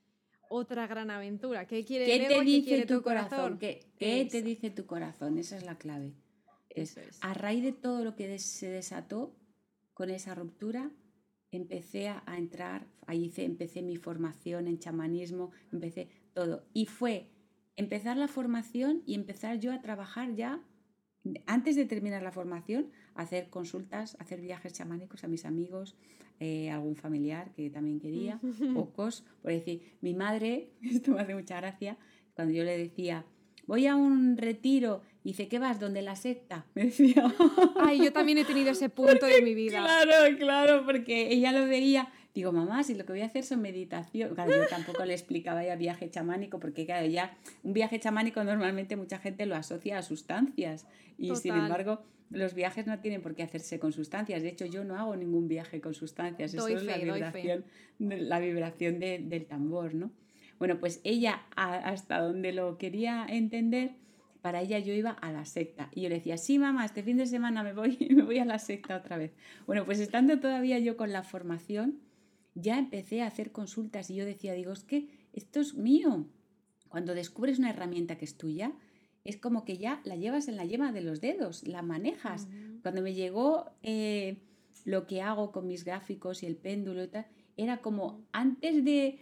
otra gran aventura. ¿Qué quiere ¿Qué el ego? te dice ¿Qué quiere tu tu corazón? corazón? ¿Qué, qué te dice tu corazón? Esa es la clave. Eso es. A raíz de todo lo que des, se desató con esa ruptura, empecé a, a entrar, ahí hice, empecé mi formación en chamanismo, empecé todo. Y fue empezar la formación y empezar yo a trabajar ya, antes de terminar la formación, a hacer consultas, a hacer viajes chamánicos a mis amigos, eh, algún familiar que también quería, pocos. Por decir, mi madre, esto me hace mucha gracia, cuando yo le decía, voy a un retiro, y dice, ¿qué vas? ¿Dónde la secta? Me decía. Ay, yo también he tenido ese punto porque, de mi vida. Claro, claro, porque ella lo veía. Digo, mamá, si lo que voy a hacer son meditación. Claro, yo tampoco le explicaba ya viaje chamánico, porque claro, ya un viaje chamánico normalmente mucha gente lo asocia a sustancias. Y Total. Sin embargo, los viajes no tienen por qué hacerse con sustancias. De hecho, yo no hago ningún viaje con sustancias. Doy Eso fe, es la vibración, la vibración de, del tambor, ¿no? Bueno, pues ella, a, hasta donde lo quería entender, para ella yo iba a la secta. Y yo le decía, sí, mamá, este fin de semana me voy, me voy a la secta otra vez. Bueno, pues estando todavía yo con la formación, ya empecé a hacer consultas y yo decía, digo, es que esto es mío. Cuando descubres una herramienta que es tuya, es como que ya la llevas en la yema de los dedos, la manejas. Uh-huh. Cuando me llegó eh, lo que hago con mis gráficos y el péndulo y tal, era como antes de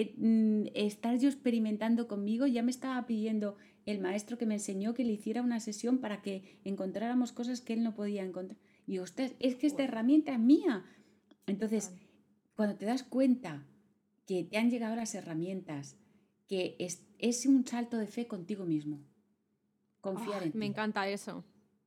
eh, estar yo experimentando conmigo, ya me estaba pidiendo el maestro que me enseñó que le hiciera una sesión para que encontráramos cosas que él no podía encontrar. Y digo, ostras, es que esta herramienta es mía. Entonces, cuando te das cuenta que te han llegado las herramientas, que es, es un salto de fe contigo mismo. Confiar oh, en ti. Me encanta eso.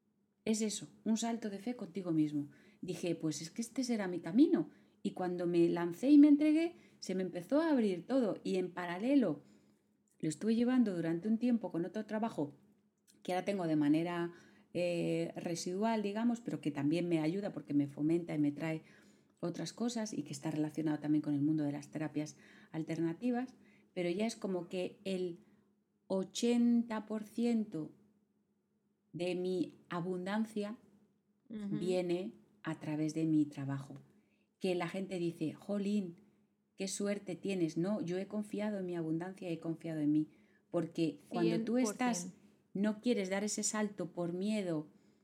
Es eso, un salto de fe contigo mismo. Dije, pues es que este será mi camino. Y cuando me lancé y me entregué, se me empezó a abrir todo. Y en paralelo, lo estuve llevando durante un tiempo con otro trabajo que ahora tengo de manera eh, residual, digamos, pero que también me ayuda porque me fomenta y me trae otras cosas y que está relacionado también con el mundo de las terapias alternativas, pero ya es como que el ochenta por ciento de mi abundancia uh-huh. viene a través de mi trabajo. Que la gente dice, jolín, qué suerte tienes. No, yo he confiado en mi abundancia, he confiado en mí. Porque cuando cien por ciento. Tú estás, no quieres dar ese salto por miedo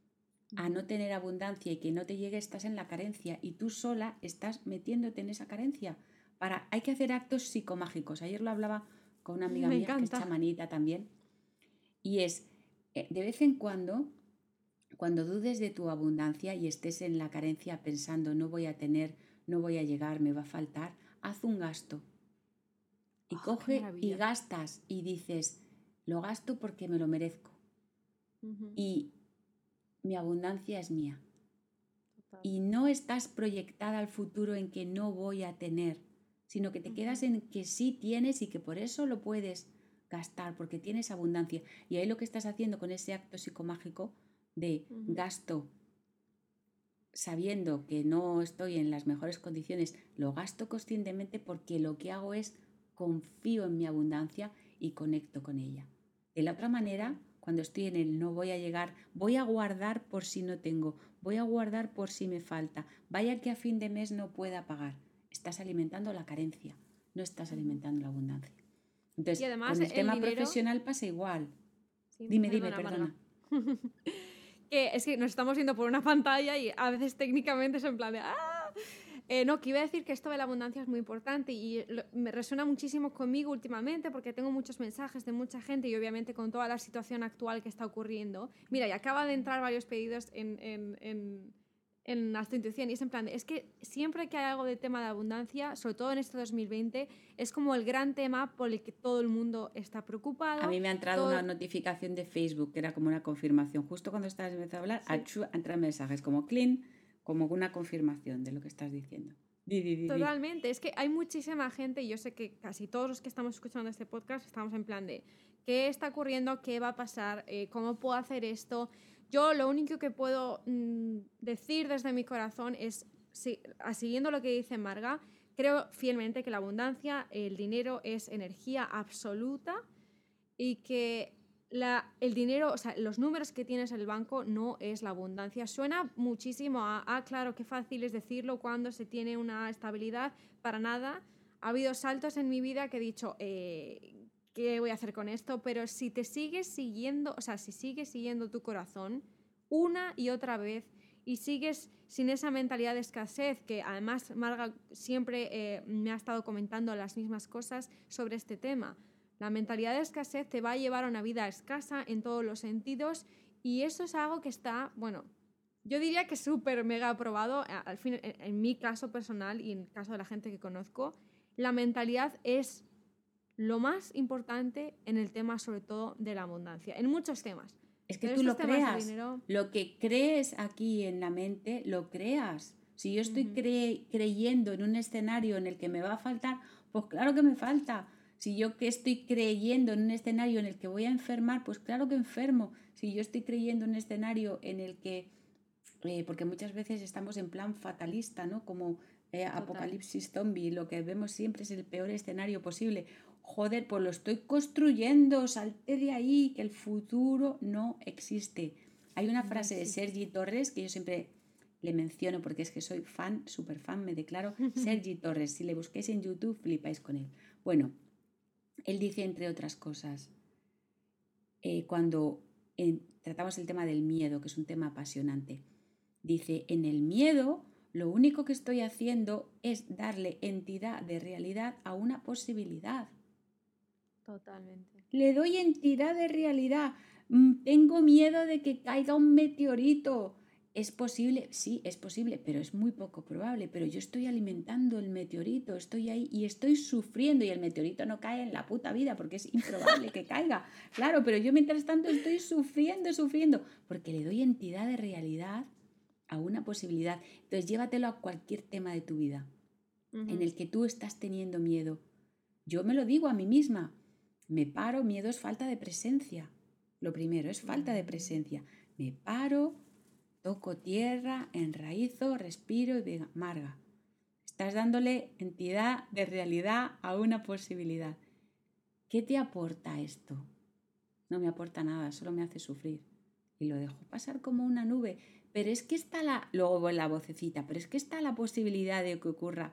a no tener abundancia y que no te llegue, estás en la carencia y tú sola estás metiéndote en esa carencia. Para, hay que hacer actos psicomágicos. Ayer lo hablaba con una amiga Me mía encanta. que es chamanita también. Y es, de vez en cuando, cuando dudes de tu abundancia y estés en la carencia pensando no voy a tener, no voy a llegar, me va a faltar, haz un gasto. Y oh, coge y gastas y dices, lo gasto porque me lo merezco. Uh-huh. Y mi abundancia es mía. Total. Y no estás proyectada al futuro en que no voy a tener, sino que te uh-huh. quedas en que sí tienes y que por eso lo puedes gastar, porque tienes abundancia. Y ahí lo que estás haciendo con ese acto psicomágico de uh-huh. gasto sabiendo que no estoy en las mejores condiciones, lo gasto conscientemente porque lo que hago es confío en mi abundancia y conecto con ella. De la otra manera, cuando estoy en el no voy a llegar, voy a guardar por si no tengo, voy a guardar por si me falta, vaya que a fin de mes no pueda pagar. Estás alimentando la carencia, no estás alimentando la abundancia. Entonces, y además, con el, el tema dinero... profesional pasa igual. Sí, dime, dime, perdona. perdona. Que es que nos estamos viendo por una pantalla y a veces técnicamente es en plan de ¡ah! Eh, no, que iba a decir que esto de la abundancia es muy importante y lo, me resuena muchísimo conmigo últimamente porque tengo muchos mensajes de mucha gente y obviamente con toda la situación actual que está ocurriendo. Mira, y acaba de entrar varios pedidos en, en, en, en Haz tu Intuición y es en plan de, es que siempre que hay algo de tema de abundancia, sobre todo en este dos mil veinte, es como el gran tema por el que todo el mundo está preocupado. A mí me ha entrado todo... una notificación de Facebook que era como una confirmación. Justo cuando estabas empezando a hablar, sí. Achú, entran mensajes como clean, como una confirmación de lo que estás diciendo. Di, di, di, Totalmente, es que hay muchísima gente y yo sé que casi todos los que estamos escuchando este podcast estamos en plan de ¿qué está ocurriendo? ¿Qué va a pasar? Eh, ¿Cómo puedo hacer esto? Yo lo único que puedo mmm, decir desde mi corazón es, si, siguiendo lo que dice Marga, creo fielmente que la abundancia, el dinero es energía absoluta y que la, el dinero, o sea, los números que tienes en el banco no es la abundancia. Suena muchísimo a, ah, claro, qué fácil es decirlo cuando se tiene una estabilidad. Para nada. Ha habido saltos en mi vida que he dicho, eh, ¿qué voy a hacer con esto? Pero si te sigues siguiendo, o sea, si sigues siguiendo tu corazón una y otra vez y sigues sin esa mentalidad de escasez, que además Marga siempre eh, me ha estado comentando las mismas cosas sobre este tema. La mentalidad de escasez te va a llevar a una vida escasa en todos los sentidos y eso es algo que está, bueno, yo diría que súper mega aprobado, al fin, en, en mi caso personal y en el caso de la gente que conozco, la mentalidad es lo más importante en el tema sobre todo de la abundancia, en muchos temas. Es que tú lo creas, dinero... lo que crees aquí en la mente, lo creas. Si yo estoy uh-huh. cre- creyendo en un escenario en el que me va a faltar, pues claro que me falta. Si yo que estoy creyendo en un escenario en el que voy a enfermar, pues claro que enfermo. Si yo estoy creyendo en un escenario en el que, eh, porque muchas veces estamos en plan fatalista, ¿no? Como eh, apocalipsis zombie, lo que vemos siempre es el peor escenario posible. Joder, pues lo estoy construyendo, salte de ahí, que el futuro no existe. Hay una frase no de Sergi Torres que yo siempre le menciono porque es que soy fan, súper fan, me declaro. Sergi Torres, si le busquéis en YouTube, flipáis con él. Bueno, él dice, entre otras cosas, eh, cuando en, tratamos el tema del miedo, que es un tema apasionante, dice, en el miedo lo único que estoy haciendo es darle entidad de realidad a una posibilidad. Totalmente. Le doy entidad de realidad. Tengo miedo de que caiga un meteorito. ¿Es posible? Sí, es posible, pero es muy poco probable. Pero yo estoy alimentando el meteorito, estoy ahí y estoy sufriendo y el meteorito no cae en la puta vida porque es improbable que caiga. Claro, pero yo mientras tanto estoy sufriendo, sufriendo, porque le doy entidad de realidad a una posibilidad. Entonces llévatelo a cualquier tema de tu vida uh-huh. en el que tú estás teniendo miedo. Yo me lo digo a mí misma. Me paro, miedo es falta de presencia. Lo primero es falta de presencia. Me paro, toco tierra, enraízo, respiro y venga, Marga. Estás dándole entidad de realidad a una posibilidad. ¿Qué te aporta esto? No me aporta nada, solo me hace sufrir. Y lo dejo pasar como una nube. Pero es que está la... Luego la vocecita, pero es que está la posibilidad de que ocurra.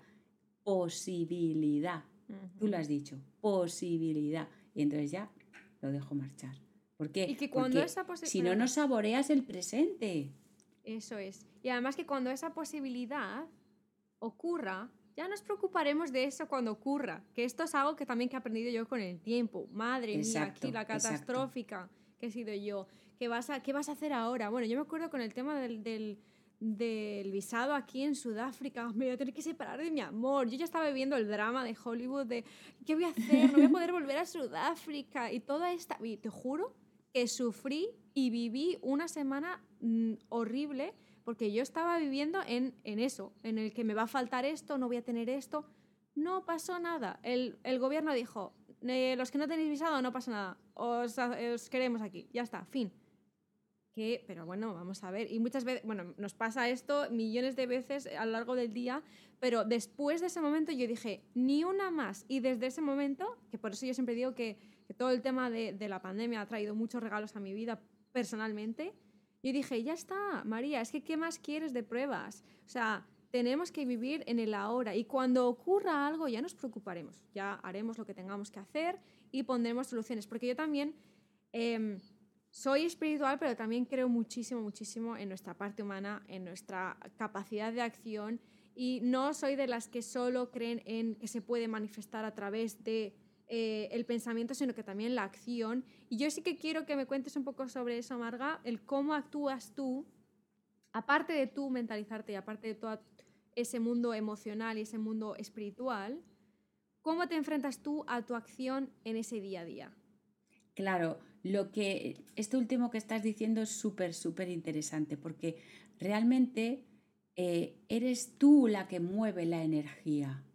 Posibilidad. Uh-huh. Tú lo has dicho. Posibilidad. Y entonces ya lo dejo marchar. ¿Por qué? Y que cuando Porque esa posi- si no, no saboreas el presente. Eso es. Y además que cuando esa posibilidad ocurra, ya nos preocuparemos de eso cuando ocurra. Que esto es algo que también que he aprendido yo con el tiempo. Madre exacto, mía, aquí la catastrófica exacto. que he sido yo. ¿Qué vas, a, ¿Qué vas a hacer ahora? Bueno, yo me acuerdo con el tema del... del del visado aquí en Sudáfrica, me voy a tener que separar de mi amor. Yo ya estaba viviendo el drama de Hollywood de ¿qué voy a hacer? No voy a poder volver a Sudáfrica y toda esta... Y te juro que sufrí y viví una semana mmm, horrible porque yo estaba viviendo en, en eso, en el que me va a faltar esto, no voy a tener esto. No pasó nada. El, el gobierno dijo, eh, los que no tenéis visado no pasa nada, os, os queremos aquí, ya está, fin. que, pero bueno, vamos a ver, y muchas veces, bueno, nos pasa esto millones de veces a lo largo del día, pero después de ese momento yo dije, ni una más, y desde ese momento, que por eso yo siempre digo que, que todo el tema de, de la pandemia ha traído muchos regalos a mi vida personalmente, yo dije, ya está, María, es que ¿qué más quieres de pruebas? O sea, tenemos que vivir en el ahora, y cuando ocurra algo ya nos preocuparemos, ya haremos lo que tengamos que hacer y pondremos soluciones, porque yo también... Eh, soy espiritual, pero también creo muchísimo, muchísimo en nuestra parte humana, en nuestra capacidad de acción, y no soy de las que solo creen en que se puede manifestar a través de eh, el pensamiento, sino que también la acción. Y yo sí que quiero que me cuentes un poco sobre eso, Marga, el cómo actúas tú, aparte de tú mentalizarte y aparte de todo ese mundo emocional y ese mundo espiritual, ¿cómo te enfrentas tú a tu acción en ese día a día? Claro, lo que esto último que estás diciendo es súper, súper interesante porque realmente eh, eres tú la que mueve la energía.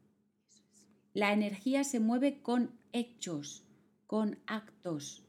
La energía se mueve con hechos, con actos.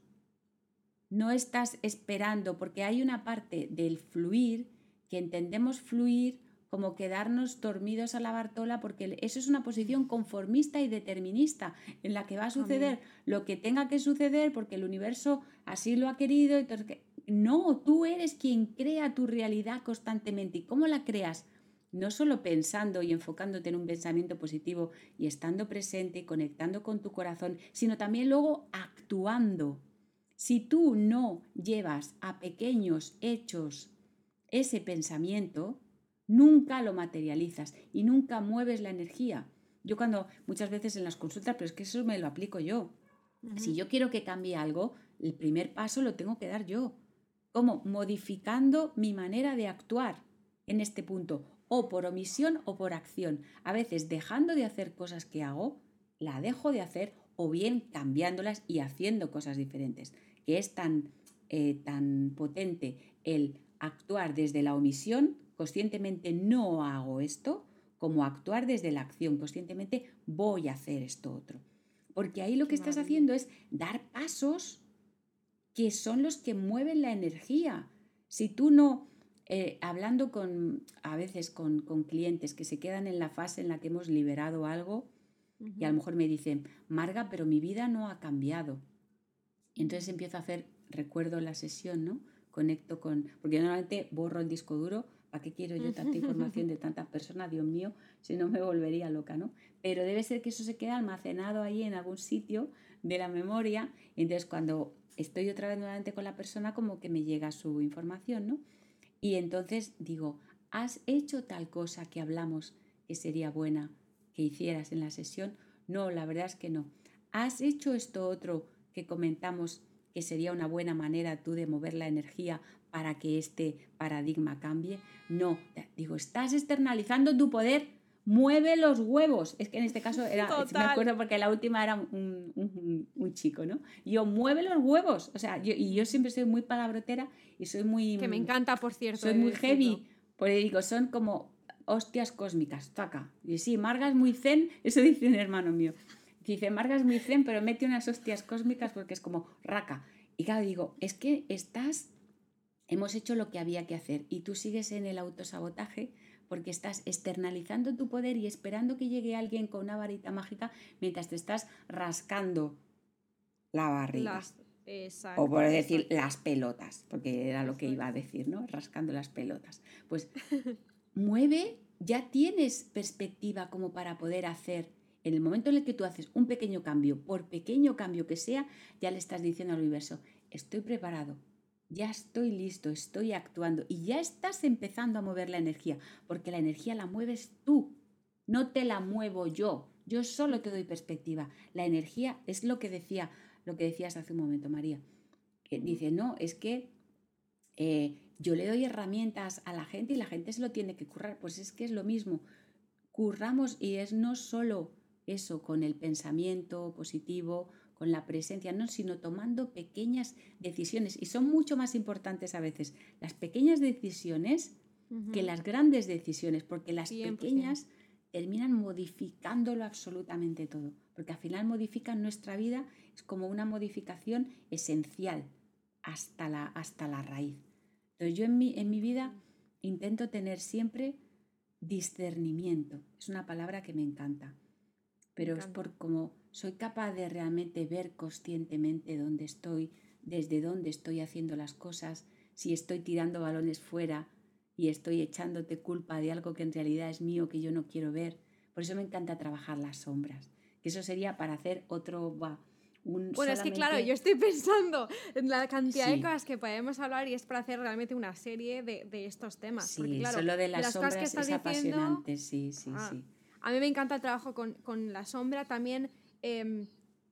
No estás esperando, porque hay una parte del fluir que entendemos fluir como quedarnos dormidos a la Bartola, porque eso es una posición conformista y determinista, en la que va a suceder Amén. Lo que tenga que suceder, porque el universo así lo ha querido. Entonces, no, tú eres quien crea tu realidad constantemente. ¿Y cómo la creas? No solo pensando y enfocándote en un pensamiento positivo y estando presente y conectando con tu corazón, sino también luego actuando. Si tú no llevas a pequeños hechos ese pensamiento, nunca lo materializas y nunca mueves la energía. Yo cuando muchas veces en las consultas, pero es que eso me lo aplico yo. Uh-huh. Si yo quiero que cambie algo, el primer paso lo tengo que dar yo. ¿Cómo? Modificando mi manera de actuar en este punto, o por omisión o por acción. A veces dejando de hacer cosas que hago, la dejo de hacer, o bien cambiándolas y haciendo cosas diferentes. Que es tan, eh, tan potente el actuar desde la omisión, conscientemente no hago esto, como actuar desde la acción, conscientemente voy a hacer esto otro. Porque ahí lo que estás haciendo es dar pasos que son los que mueven la energía. Si tú no, eh, hablando con, a veces con, con clientes que se quedan en la fase en la que hemos liberado algo, uh-huh. y a lo mejor me dicen, Marga, pero mi vida no ha cambiado. Y entonces empiezo a hacer, recuerdo la sesión, ¿no? Conecto con, porque yo normalmente borro el disco duro. ¿Para qué quiero yo tanta información de tantas personas? Dios mío, si no me volvería loca, ¿no? Pero debe ser que eso se queda almacenado ahí en algún sitio de la memoria. Y entonces cuando estoy otra vez nuevamente con la persona, como que me llega su información, ¿no? Y entonces digo, ¿has hecho tal cosa que hablamos que sería buena que hicieras en la sesión? No, la verdad es que no. ¿Has hecho esto otro que comentamos que sería una buena manera tú de mover la energía para que este paradigma cambie? No, digo, estás externalizando tu poder, mueve los huevos. Es que en este caso era, me acuerdo porque la última era un, un, un chico, ¿no? Yo, mueve los huevos. O sea, yo, y yo siempre soy muy palabrotera y soy muy... Que me encanta, por cierto. Soy muy heavy, porque digo, son como hostias cósmicas, taca. Y sí, Marga es muy zen, eso dice un hermano mío. Dice, Marga es muy zen, pero mete unas hostias cósmicas porque es como raca. Y claro, digo, es que estás, hemos hecho lo que había que hacer y tú sigues en el autosabotaje porque estás externalizando tu poder y esperando que llegue alguien con una varita mágica mientras te estás rascando la barriga. Las, exacto, o por decir exacto. Las pelotas, porque era lo que iba a decir, ¿no? Rascando las pelotas. Pues mueve, ya tienes perspectiva como para poder hacer. En el momento en el que tú haces un pequeño cambio, por pequeño cambio que sea, ya le estás diciendo al universo, estoy preparado, ya estoy listo, estoy actuando y ya estás empezando a mover la energía, porque la energía la mueves tú, no te la muevo yo, yo solo te doy perspectiva. La energía es lo que decía, lo que decías hace un momento, María, que dice, no, es que eh, yo le doy herramientas a la gente y la gente se lo tiene que currar, pues es que es lo mismo, curramos y es no solo eso, con el pensamiento positivo, con la presencia, no, sino tomando pequeñas decisiones. Y son mucho más importantes a veces las pequeñas decisiones uh-huh. que las grandes decisiones, porque las cien por ciento pequeñas terminan modificándolo absolutamente todo. Porque al final modifican nuestra vida, es como una modificación esencial hasta la, hasta la raíz. Entonces yo en mi, en mi vida intento tener siempre discernimiento. Es una palabra que me encanta, pero me encanta. Es por como soy capaz de realmente ver conscientemente dónde estoy, desde dónde estoy haciendo las cosas, si estoy tirando balones fuera y estoy echándote culpa de algo que en realidad es mío, que yo no quiero ver. Por eso me encanta trabajar las sombras, que eso sería para hacer otro... Bah, un bueno, solamente... es que claro, yo estoy pensando en la cantidad sí. de cosas que podemos hablar y es para hacer realmente una serie de, de estos temas. Sí, porque, claro, solo de las, de las sombras cosas que estás es diciendo, apasionante, sí, sí, ah, sí. A mí me encanta el trabajo con, con la sombra también. Eh,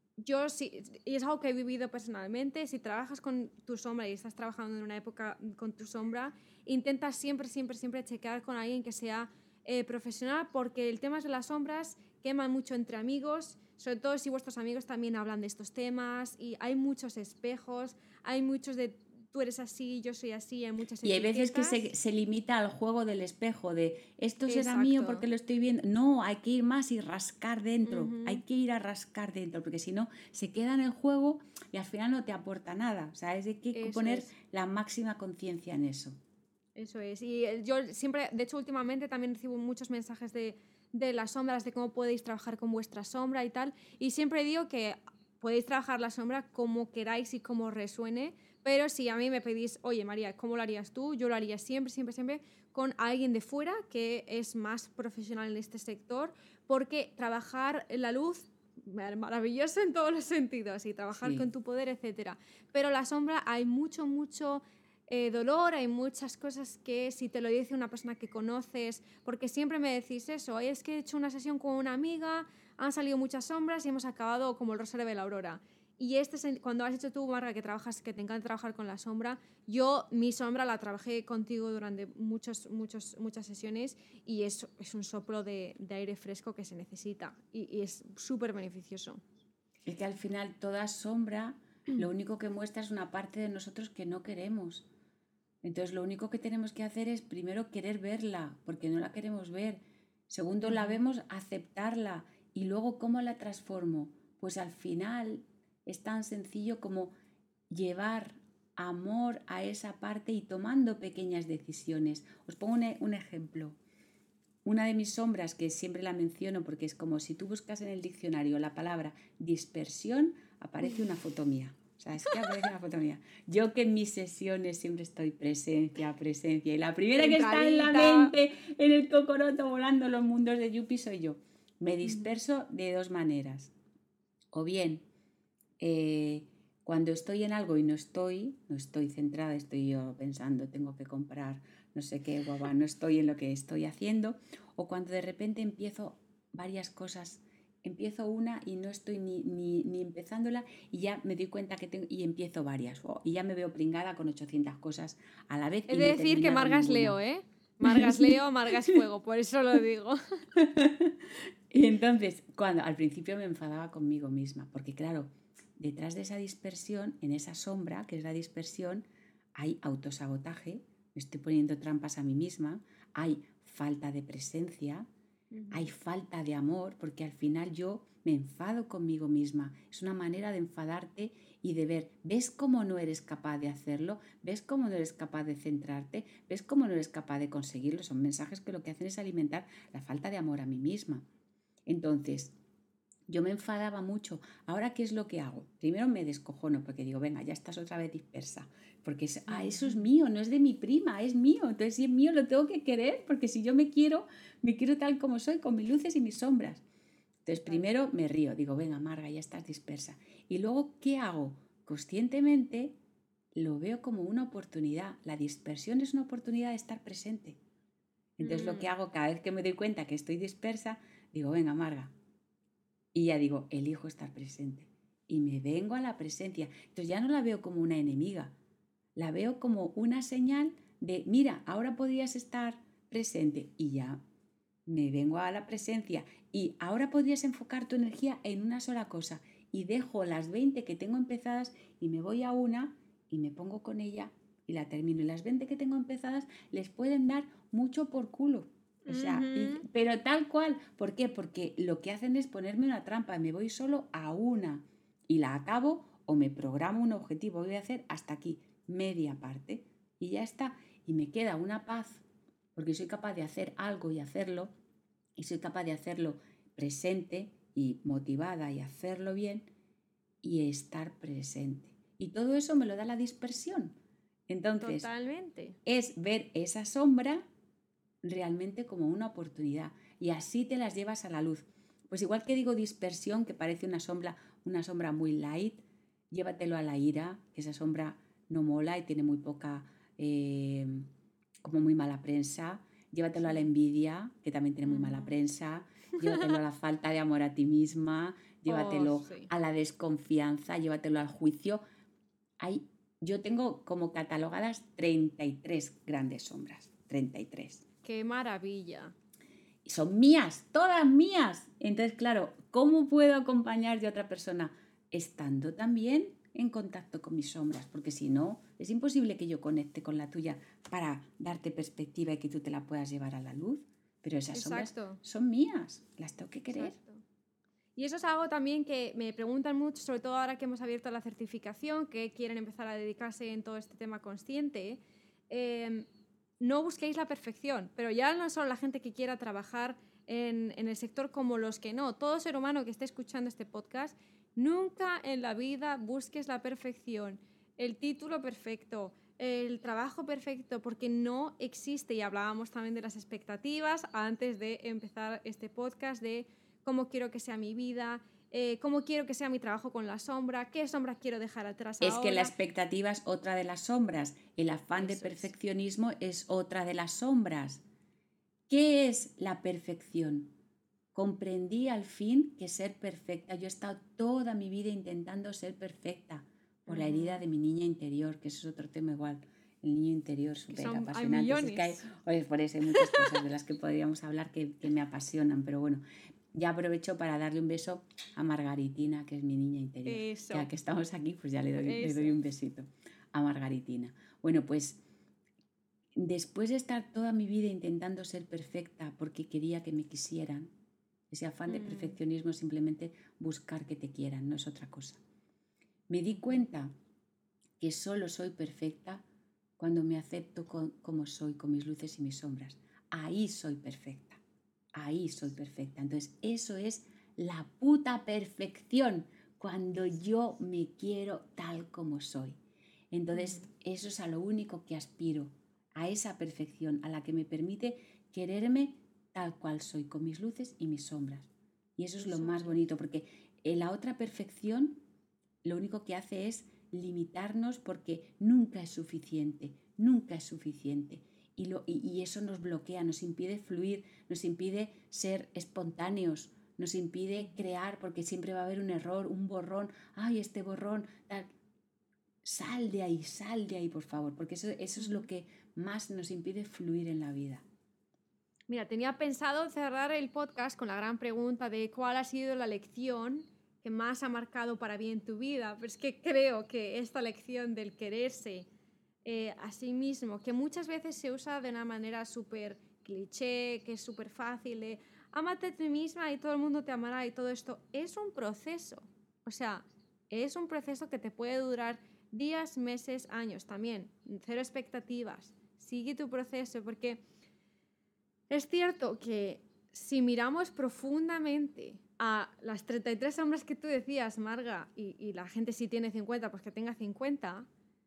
yo sí, y es algo que he vivido personalmente, si trabajas con tu sombra y estás trabajando en una época con tu sombra, intenta siempre, siempre, siempre chequear con alguien que sea eh, profesional, porque el tema de las sombras queman mucho entre amigos, sobre todo si vuestros amigos también hablan de estos temas, y hay muchos espejos, hay muchos de tú eres así, yo soy así, hay muchas y hay etiquetas. veces que se, se limita al juego del espejo, de esto será Exacto. mío porque lo estoy viendo. No, hay que ir más y rascar dentro, uh-huh. hay que ir a rascar dentro, porque si no se queda en el juego y al final no te aporta nada. O sea, es de que hay que poner es. la máxima conciencia en eso. Eso es, y yo siempre, de hecho últimamente también recibo muchos mensajes de, de las sombras, de cómo podéis trabajar con vuestra sombra y tal, y siempre digo que podéis trabajar la sombra como queráis y como resuene, pero si a mí me pedís, oye María, ¿cómo lo harías tú? Yo lo haría siempre, siempre, siempre con alguien de fuera que es más profesional en este sector, porque trabajar la luz, maravilloso en todos los sentidos, y trabajar sí. con tu poder, etcétera. Pero la sombra hay mucho, mucho... Eh, dolor, hay muchas cosas que si te lo dice una persona que conoces, porque siempre me decís eso, es que he hecho una sesión con una amiga, han salido muchas sombras y hemos acabado como el Rosario de la Aurora. Y este es, cuando has hecho tú, Marga, que trabajas, que te encanta trabajar con la sombra, yo mi sombra la trabajé contigo durante muchos, muchos, muchas sesiones y es, es un soplo de, de aire fresco que se necesita y, y es súper beneficioso. Es que al final toda sombra lo único que muestra es una parte de nosotros que no queremos. Entonces lo único que tenemos que hacer es primero querer verla, porque no la queremos ver. Segundo, uh-huh. la vemos, aceptarla. Y luego, ¿cómo la transformo? Pues al final es tan sencillo como llevar amor a esa parte y tomando pequeñas decisiones. Os pongo un, un ejemplo. Una de mis sombras, que siempre la menciono porque es como si tú buscas en el diccionario la palabra dispersión, aparece una foto mía. O sea, es que aparece una foto mía. Yo que en mis sesiones siempre estoy presencia, presencia. Y la primera que está en la mente, en el cocoroto, volando los mundos de Yupi, soy yo. Me disperso de dos maneras. O bien, eh, cuando estoy en algo y no estoy, no estoy centrada, estoy yo pensando, tengo que comprar no sé qué, guava, no estoy en lo que estoy haciendo. O cuando de repente empiezo varias cosas, empiezo una y no estoy ni, ni, ni empezándola y ya me doy cuenta que tengo y empiezo varias. Oh, y ya me veo pringada con ochocientas cosas a la vez. Es de decir que Marga es Leo, ¿eh? Marga es Leo, Marga es fuego, por eso lo digo. Y entonces, cuando al principio me enfadaba conmigo misma, porque claro, detrás de esa dispersión, en esa sombra, que es la dispersión, hay autosabotaje, me estoy poniendo trampas a mí misma, hay falta de presencia, uh-huh. hay falta de amor, porque al final yo me enfado conmigo misma. Es una manera de enfadarte y de ver, ¿ves cómo no eres capaz de hacerlo? ¿Ves cómo no eres capaz de centrarte? ¿Ves cómo no eres capaz de conseguirlo? Son mensajes que lo que hacen es alimentar la falta de amor a mí misma. Entonces, yo me enfadaba mucho. ¿Ahora qué es lo que hago? Primero me descojono porque digo, venga, ya estás otra vez dispersa. Porque es, ah, eso es mío, no es de mi prima, es mío. Entonces, si es mío, lo tengo que querer, porque si yo me quiero, me quiero tal como soy, con mis luces y mis sombras. Entonces, primero me río, digo, venga, Marga, ya estás dispersa. Y luego, ¿qué hago? Conscientemente lo veo como una oportunidad. La dispersión es una oportunidad de estar presente. Entonces, mm. lo que hago cada vez que me doy cuenta que estoy dispersa, digo, venga, Marga. Y ya digo, elijo estar presente. Y me vengo a la presencia. Entonces ya no la veo como una enemiga. La veo como una señal de, mira, ahora podrías estar presente. Y ya me vengo a la presencia. Y ahora podrías enfocar tu energía en una sola cosa. Y dejo las veinte que tengo empezadas y me voy a una y me pongo con ella y la termino. Y las veinte que tengo empezadas les pueden dar mucho por culo. O sea, uh-huh. pero tal cual. ¿Por qué? Porque lo que hacen es ponerme una trampa. Me voy solo a una y la acabo o me programo un objetivo. Voy a hacer hasta aquí, media parte. y ya está. Y me queda una paz porque soy capaz de hacer algo y hacerlo, y soy capaz de hacerlo presente y motivada y hacerlo bien y estar presente. Y todo eso me lo da la dispersión. Entonces, totalmente. Es ver esa sombra realmente como una oportunidad y así te las llevas a la luz. Pues igual que digo dispersión, que parece una sombra, una sombra muy light, llévatelo a la ira, que esa sombra no mola y tiene muy poca, eh, como muy mala prensa. Llévatelo sí. a la envidia, que también tiene muy mm. mala prensa. Llévatelo a la falta de amor a ti misma. Llévatelo oh, sí. a la desconfianza. Llévatelo al juicio. Hay, yo tengo como catalogadas treinta y tres grandes sombras. treinta y tres. ¡Qué maravilla! Y son mías, todas mías. Entonces, claro, ¿cómo puedo acompañar yo a otra persona? Estando también en contacto con mis sombras, porque si no, es imposible que yo conecte con la tuya para darte perspectiva y que tú te la puedas llevar a la luz. Pero esas Exacto. sombras son mías, las tengo que querer. Exacto. Y eso es algo también que me preguntan mucho, sobre todo ahora que hemos abierto la certificación, que quieren empezar a dedicarse en todo este tema consciente. Eh, no busquéis la perfección, pero ya no solo la gente que quiera trabajar en, en el sector como los que no. Todo ser humano que esté escuchando este podcast, nunca en la vida busques la perfección, el título perfecto, el trabajo perfecto, porque no existe. Y hablábamos también de las expectativas antes de empezar este podcast, de cómo quiero que sea mi vida, eh, cómo quiero que sea mi trabajo con la sombra, qué sombras quiero dejar atrás es ahora. Que la expectativa es otra de las sombras, el afán Eso de perfeccionismo es. es otra de las sombras. ¿Qué es la perfección? Comprendí al fin que ser perfecta, yo he estado toda mi vida intentando ser perfecta por uh-huh. la herida de mi niña interior, que eso es otro tema igual, el niño interior súper apasionante. Es que hay, oye, por eso hay muchas cosas de las que podríamos hablar que, que me apasionan, pero bueno, ya aprovecho para darle un beso a Margaritina, que es mi niña interior. Eso. Ya que estamos aquí, pues ya le doy, le doy un besito a Margaritina. Bueno, pues después de estar toda mi vida intentando ser perfecta porque quería que me quisieran, ese afán de perfeccionismo es simplemente buscar que te quieran, no es otra cosa. Me di cuenta que solo soy perfecta cuando me acepto con, como soy, con mis luces y mis sombras. Ahí soy perfecta, ahí soy perfecta. Entonces eso es la puta perfección, cuando yo me quiero tal como soy. Entonces eso es a lo único que aspiro, a esa perfección, a la que me permite quererme tal cual soy, con mis luces y mis sombras. Y eso es lo más bonito, porque en la otra perfección lo único que hace es limitarnos, porque nunca es suficiente, nunca es suficiente. Y, lo, y, y eso nos bloquea, nos impide fluir, nos impide ser espontáneos, nos impide crear, porque siempre va a haber un error, un borrón. ¡Ay, este borrón! Tal. Sal de ahí, sal de ahí, por favor, porque eso, eso es lo que más nos impide fluir en la vida. Mira, tenía pensado cerrar el podcast con la gran pregunta de cuál ha sido la lección que más ha marcado para bien tu vida, pero es que creo que esta lección del quererse eh, a sí mismo, que muchas veces se usa de una manera súper cliché, que es súper fácil, de ámate a ti misma y todo el mundo te amará y todo esto, es un proceso, o sea, es un proceso que te puede durar días, meses, años también, cero expectativas, sigue tu proceso, porque es cierto que si miramos profundamente a las treinta y tres sombras que tú decías, Marga, y, y la gente si tiene cincuenta, pues que tenga cincuenta,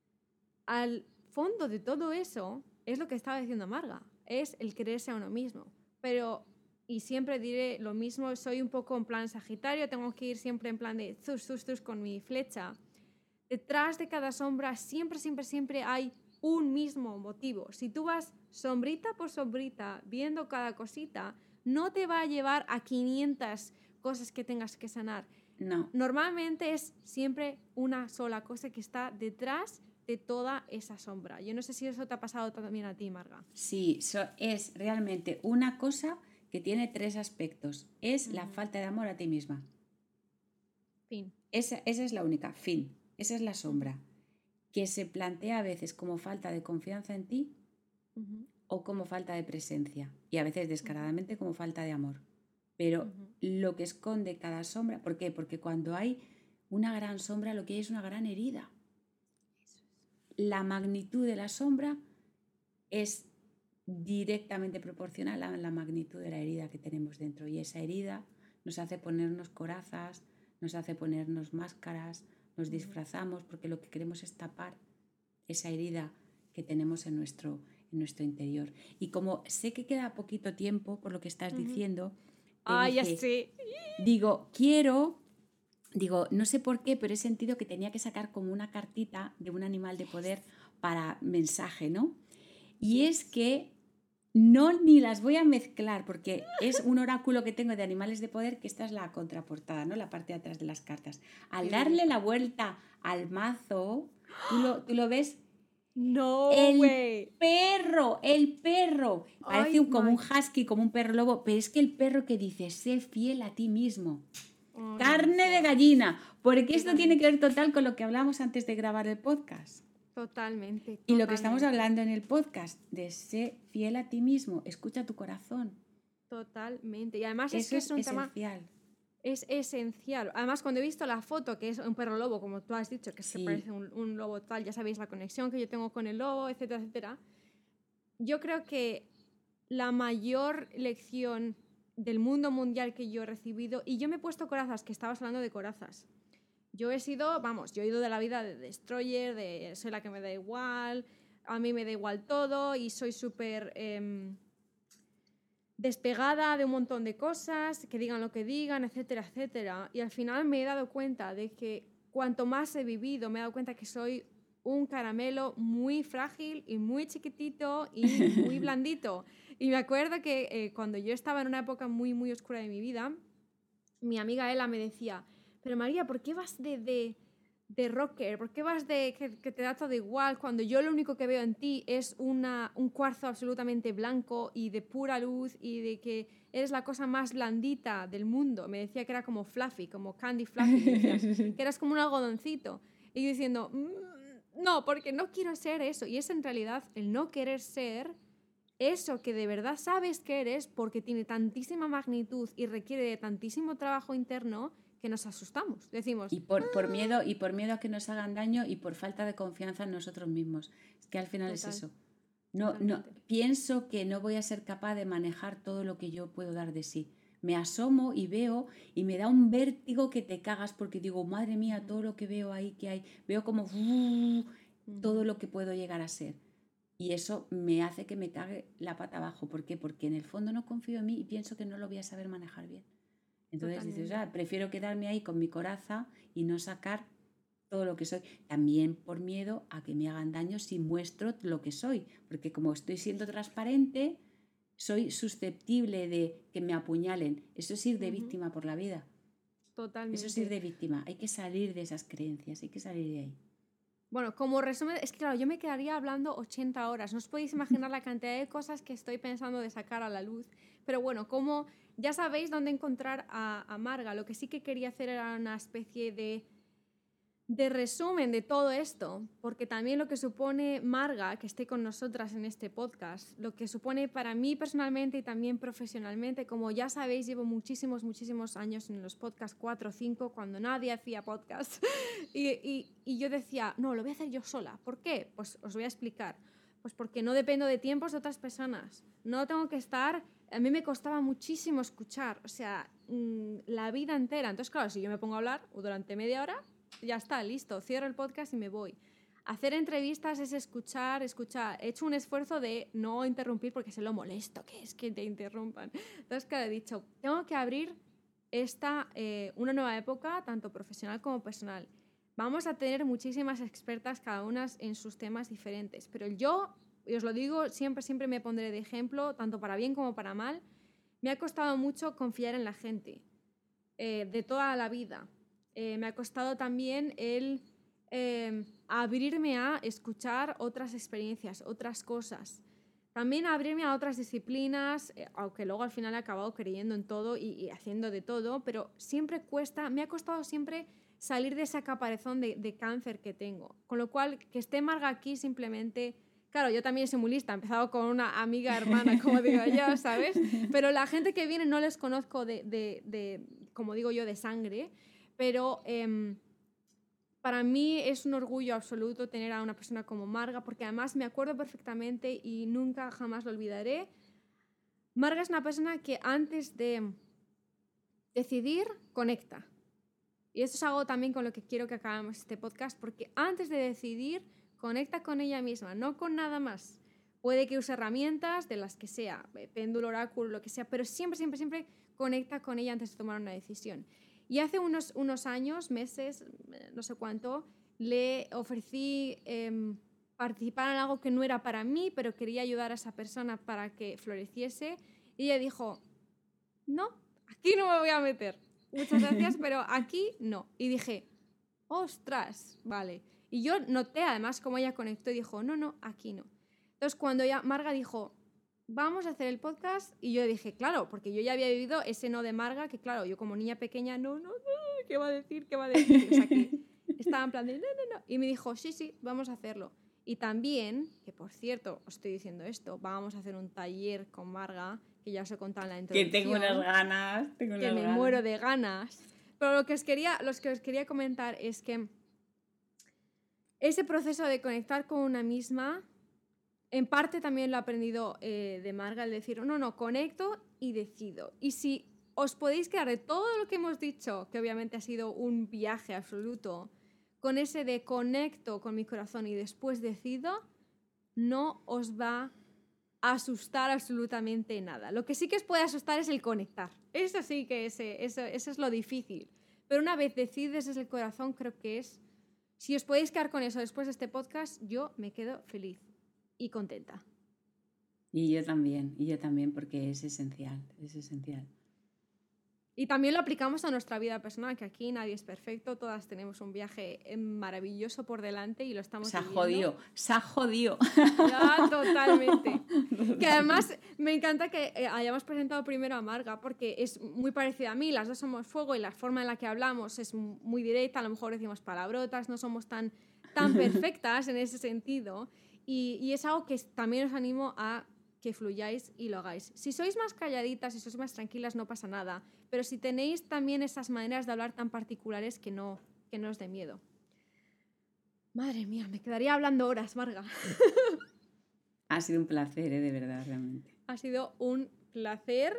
al fondo de todo eso es lo que estaba diciendo Marga, es el quererse a uno mismo. Pero, y siempre diré lo mismo, soy un poco en plan Sagitario, tengo que ir siempre en plan de zus, zus, zus con mi flecha. Detrás de cada sombra siempre, siempre, siempre hay un mismo motivo. Si tú vas sombrita por sombrita viendo cada cosita, no te va a llevar a quinientas cosas que tengas que sanar. No. Normalmente es siempre una sola cosa que está detrás de toda esa sombra. Yo no sé si eso te ha pasado también a ti, Marga. Sí, so, es realmente una cosa que tiene tres aspectos. Es uh-huh. la falta de amor a ti misma. Fin. Esa, esa es la única, fin. Esa es la sombra. Uh-huh. Que se plantea a veces como falta de confianza en ti uh-huh. o como falta de presencia. Y a veces descaradamente uh-huh. como falta de amor. Pero uh-huh. lo que esconde cada sombra, ¿por qué? Porque cuando hay una gran sombra lo que hay es una gran herida. la magnitud de la sombra es directamente proporcional a la magnitud de la herida que tenemos dentro. Y esa herida nos hace ponernos corazas, nos hace ponernos máscaras, nos disfrazamos porque lo que queremos es tapar esa herida que tenemos en nuestro, en nuestro interior. Y como sé que queda poquito tiempo por lo que estás uh-huh. diciendo, ah, dije, ya sé. digo, quiero, digo, no sé por qué, pero he sentido que tenía que sacar como una cartita de un animal de poder para mensaje, ¿no? Y es que no ni las voy a mezclar porque es un oráculo que tengo de animales de poder, que esta es la contraportada, ¿no? La parte de atrás de las cartas. Al darle la vuelta al mazo, tú lo, tú lo ves. No, el way. perro, el perro. Parece Ay, un, como my. un husky, como un perro lobo, pero es que el perro que dice, sé fiel a ti mismo. Oh, Carne no. de gallina, porque esto Totalmente. Tiene que ver total con lo que hablamos antes de grabar el podcast. Totalmente, totalmente. Y lo que estamos hablando en el podcast, de ser fiel a ti mismo, escucha tu corazón. Totalmente. Y además Eso es que es, es un esencial. tema... Es esencial. Además, cuando he visto la foto, que es un perro lobo, como tú has dicho, que, es sí. que parece un, un lobo tal, ya sabéis la conexión que yo tengo con el lobo, etcétera, etcétera. Yo creo que la mayor lección del mundo mundial que yo he recibido, y yo me he puesto corazas, que estabas hablando de corazas. Yo he sido, vamos, yo he ido de la vida de destroyer, de soy la que me da igual, a mí me da igual todo y soy súper eh, despegada de un montón de cosas, que digan lo que digan, etcétera, etcétera. Y al final me he dado cuenta de que cuanto más he vivido, me he dado cuenta que soy un caramelo muy frágil y muy chiquitito y muy blandito. Y me acuerdo que eh, cuando yo estaba en una época muy, muy oscura de mi vida, mi amiga Ela me decía, pero María, ¿por qué vas de, de, de rocker? ¿Por qué vas de que, que te da todo igual cuando yo lo único que veo en ti es una, un cuarzo absolutamente blanco y de pura luz y de que eres la cosa más blandita del mundo? Me decía que era como fluffy, como candy fluffy, me decía, que eras como un algodoncito. Y yo diciendo, mmm, no, porque no quiero ser eso. Y es en realidad el no querer ser eso que de verdad sabes que eres, porque tiene tantísima magnitud y requiere de tantísimo trabajo interno que nos asustamos. Decimos... Y por, por, miedo, y por miedo a que nos hagan daño y por falta de confianza en nosotros mismos. Es que al final Total. Es eso. No, no, pienso que no voy a ser capaz de manejar todo lo que yo puedo dar de sí. Me asomo y veo y me da un vértigo que te cagas porque digo, madre mía, todo lo que veo ahí que hay. Veo como uh, todo lo que puedo llegar a ser. Y eso me hace que me cague la pata abajo. ¿Por qué? Porque en el fondo no confío en mí y pienso que no lo voy a saber manejar bien. Entonces Totalmente. Dices, ah, prefiero quedarme ahí con mi coraza y no sacar todo lo que soy. También por miedo a que me hagan daño si muestro lo que soy. Porque como estoy siendo transparente, soy susceptible de que me apuñalen. Eso es ir de uh-huh. víctima por la vida. Totalmente. Eso es ir de víctima. Hay que salir de esas creencias, hay que salir de ahí. Bueno, como resumen, es que claro, yo me quedaría hablando ochenta horas. No os podéis imaginar la cantidad de cosas que estoy pensando de sacar a la luz. Pero bueno, como ya sabéis dónde encontrar a, a Marga, lo que sí que quería hacer era una especie de, de resumen de todo esto, porque también lo que supone Marga, que esté con nosotras en este podcast, lo que supone para mí personalmente y también profesionalmente, como ya sabéis, llevo muchísimos, muchísimos años en los podcasts, cuatro o cinco, cuando nadie hacía podcast, y, y, y yo decía, no, lo voy a hacer yo sola. ¿Por qué? Pues os voy a explicar. Pues porque no dependo de tiempos de otras personas. No tengo que estar... A mí me costaba muchísimo escuchar, o sea, mmm, la vida entera. Entonces, claro, si yo me pongo a hablar durante media hora, ya está, listo, cierro el podcast y me voy. Hacer entrevistas es escuchar, escuchar. He hecho un esfuerzo de no interrumpir porque sé lo molesto que es que te interrumpan. Entonces, claro, he dicho, tengo que abrir esta, eh, una nueva época, tanto profesional como personal. Vamos a tener muchísimas expertas, cada una en sus temas diferentes. Pero yo, y os lo digo, siempre, siempre me pondré de ejemplo, tanto para bien como para mal. Me ha costado mucho confiar en la gente, eh, de toda la vida. Eh, me ha costado también el eh, abrirme a escuchar otras experiencias, otras cosas. También abrirme a otras disciplinas, eh, aunque luego al final he acabado creyendo en todo y, y haciendo de todo, pero siempre cuesta, me ha costado siempre salir de esa caparazón de, de cáncer que tengo. Con lo cual, que esté Marga aquí simplemente... Claro, yo también soy muy lista, he empezado con una amiga hermana, como digo yo, ¿sabes? Pero la gente que viene no les conozco de, de, de como digo yo, de sangre. Pero eh, para mí es un orgullo absoluto tener a una persona como Marga, porque además me acuerdo perfectamente y nunca jamás lo olvidaré. Marga es una persona que antes de decidir, conecta. Y eso es algo también con lo que quiero que acabemos este podcast, porque antes de decidir, conecta con ella misma, no con nada más. Puede que use herramientas de las que sea, péndulo, oráculo, lo que sea, pero siempre, siempre, siempre conecta con ella antes de tomar una decisión. Y hace unos, unos años, meses, no sé cuánto, le ofrecí eh, participar en algo que no era para mí, pero quería ayudar a esa persona para que floreciese. Y ella dijo, no, aquí no me voy a meter. Muchas gracias, pero aquí no. Y dije, ostras, vale. Y yo noté además cómo ella conectó y dijo, no, no, aquí no. Entonces cuando ya Marga dijo, vamos a hacer el podcast, y yo dije, claro, porque yo ya había vivido ese no de Marga, que claro, yo como niña pequeña, no, no, no, ¿qué va a decir? ¿Qué va a decir? O sea, que estaba en plan de, no, no, no. Y me dijo, sí, sí, vamos a hacerlo. Y también, que por cierto, os estoy diciendo esto, vamos a hacer un taller con Marga, que ya os he contado en la introducción. Que tengo unas ganas, tengo unas que me ganas. muero de ganas. Pero lo que os quería, los que os quería comentar es que ese proceso de conectar con una misma, en parte también lo he aprendido eh, de Marga, el decir, no, no, conecto y decido. Y si os podéis quedar de todo lo que hemos dicho, que obviamente ha sido un viaje absoluto, con ese de conecto con mi corazón y después decido, no os va a asustar absolutamente nada. Lo que sí que os puede asustar es el conectar. Eso sí que es, eso, eso es lo difícil. Pero una vez decides desde el corazón, creo que es... Si os podéis quedar con eso después de este podcast, yo me quedo feliz y contenta. Y yo también, y yo también, porque es esencial, es esencial. Y también lo aplicamos a nuestra vida personal, que aquí nadie es perfecto, todas tenemos un viaje maravilloso por delante y lo estamos se ha viviendo. jodido, se ha jodido. Ya, totalmente. Que además me encanta que hayamos presentado primero a Marga, porque es muy parecida a mí, las dos somos fuego y la forma en la que hablamos es muy directa, a lo mejor decimos palabrotas, no somos tan, tan perfectas en ese sentido. Y, y es algo que también os animo a que fluyáis y lo hagáis. Si sois más calladitas, si sois más tranquilas, no pasa nada. Pero si tenéis también esas maneras de hablar tan particulares, que no, que no os dé miedo. Madre mía, me quedaría hablando horas, Marga. Ha sido un placer, ¿eh? De verdad, realmente. Ha sido un placer.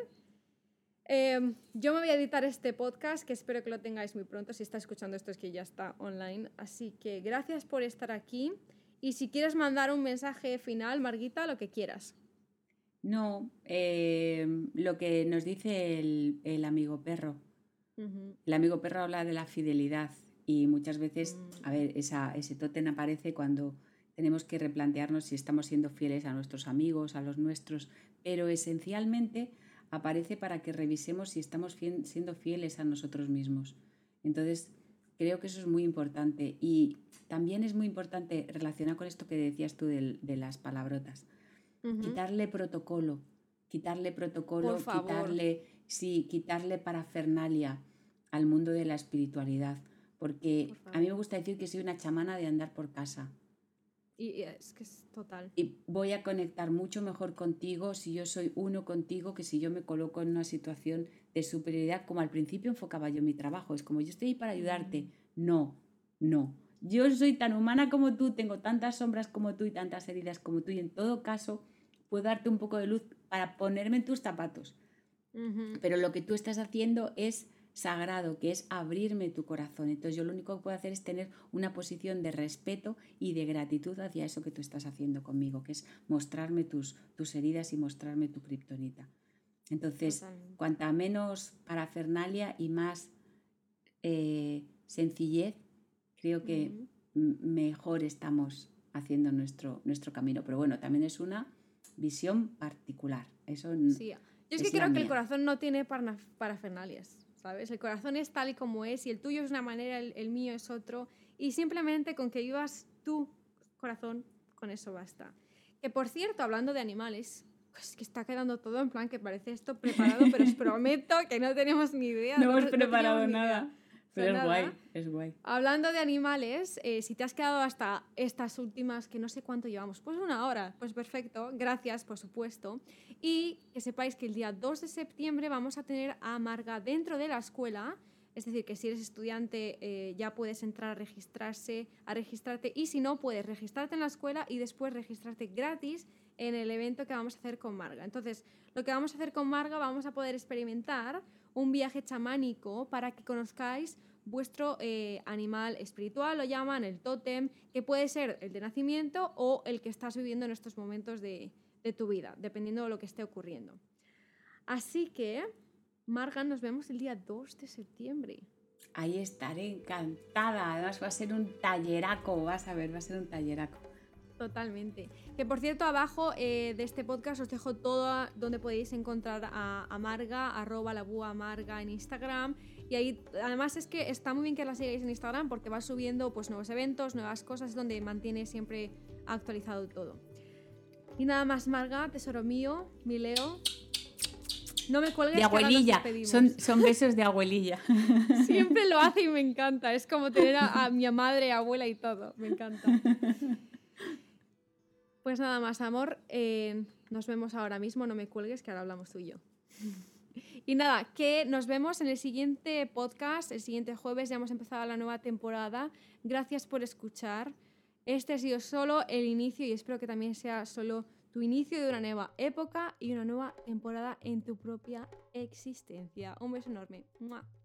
Eh, yo me voy a editar este podcast, que espero que lo tengáis muy pronto. Si está escuchando esto es que ya está online. Así que gracias por estar aquí. Y si quieres mandar un mensaje final, Marguita, lo que quieras. No, eh, lo que nos dice el, el amigo perro. Uh-huh. El amigo perro habla de la fidelidad y muchas veces, uh-huh. a ver, esa, ese tótem aparece cuando tenemos que replantearnos si estamos siendo fieles a nuestros amigos, a los nuestros, pero esencialmente aparece para que revisemos si estamos fiel, siendo fieles a nosotros mismos. Entonces, creo que eso es muy importante y también es muy importante relacionar con esto que decías tú de, de las palabrotas. Uh-huh. Quitarle protocolo, quitarle protocolo, quitarle, sí, quitarle parafernalia al mundo de la espiritualidad, porque Por a mí me gusta decir que soy una chamana de andar por casa. Y, y es que es total. Y voy a conectar mucho mejor contigo si yo soy uno contigo que si yo me coloco en una situación de superioridad, como al principio enfocaba yo mi trabajo. Es como yo estoy ahí para ayudarte. No, no. Yo soy tan humana como tú, tengo tantas sombras como tú y tantas heridas como tú y en todo caso puedo darte un poco de luz para ponerme en tus zapatos. Uh-huh. Pero lo que tú estás haciendo es sagrado, que es abrirme tu corazón. Entonces yo lo único que puedo hacer es tener una posición de respeto y de gratitud hacia eso que tú estás haciendo conmigo, que es mostrarme tus, tus heridas y mostrarme tu kriptonita. Entonces, Totalmente. Cuanta menos parafernalia y más eh, sencillez, creo que uh-huh. m- mejor estamos haciendo nuestro, nuestro camino. Pero bueno, también es una visión particular. Eso sí. Yo es, es que creo mía. que el corazón no tiene para, parafernalias, ¿sabes? El corazón es tal y como es y el tuyo es una manera, el, el mío es otro. Y simplemente con que vivas tu corazón, con eso basta. Que por cierto, hablando de animales, pues que está quedando todo en plan que parece esto preparado, pero os prometo que no tenemos ni idea. No, no hemos preparado no nada. Idea. Pero es guay, es guay. Hablando de animales, eh, si te has quedado hasta estas últimas, que no sé cuánto llevamos, pues una hora, pues perfecto, gracias, por supuesto. Y que sepáis que el día dos de septiembre vamos a tener a Marga dentro de la escuela Es decir, que si eres estudiante eh, ya puedes entrar a registrarse, a registrarte, y si no, puedes registrarte en la escuela y después registrarte gratis en el evento que vamos a hacer con Marga. Entonces, lo que vamos a hacer con Marga, vamos a poder experimentar un viaje chamánico para que conozcáis vuestro eh, animal espiritual, lo llaman el tótem, que puede ser el de nacimiento o el que estás viviendo en estos momentos de, de tu vida, dependiendo de lo que esté ocurriendo. Así que, Marga, nos vemos el día dos de septiembre. Ahí estaré, encantada. Además va a ser un talleraco, vas a ver, va a ser un talleraco. Totalmente. Que por cierto, abajo eh, de este podcast os dejo todo donde podéis encontrar a, a Marga, arroba la búa Marga en Instagram. Y ahí, además es que está muy bien que la sigáis en Instagram porque va subiendo pues, nuevos eventos, nuevas cosas, donde mantiene siempre actualizado todo. Y nada más, Marga, tesoro mío, mi Leo. No me cuelgues. De abuelilla, son, son besos de abuelilla. Siempre lo hace y me encanta. Es como tener a, a mi madre, abuela y todo. Me encanta. Pues nada más, amor, eh, nos vemos ahora mismo, no me cuelgues, que ahora hablamos tú y yo. Y nada, que nos vemos en el siguiente podcast, el siguiente jueves, ya hemos empezado la nueva temporada. Gracias por escuchar. Este ha sido solo el inicio y espero que también sea solo tu inicio de una nueva época y una nueva temporada en tu propia existencia. Un beso enorme. ¡Mua!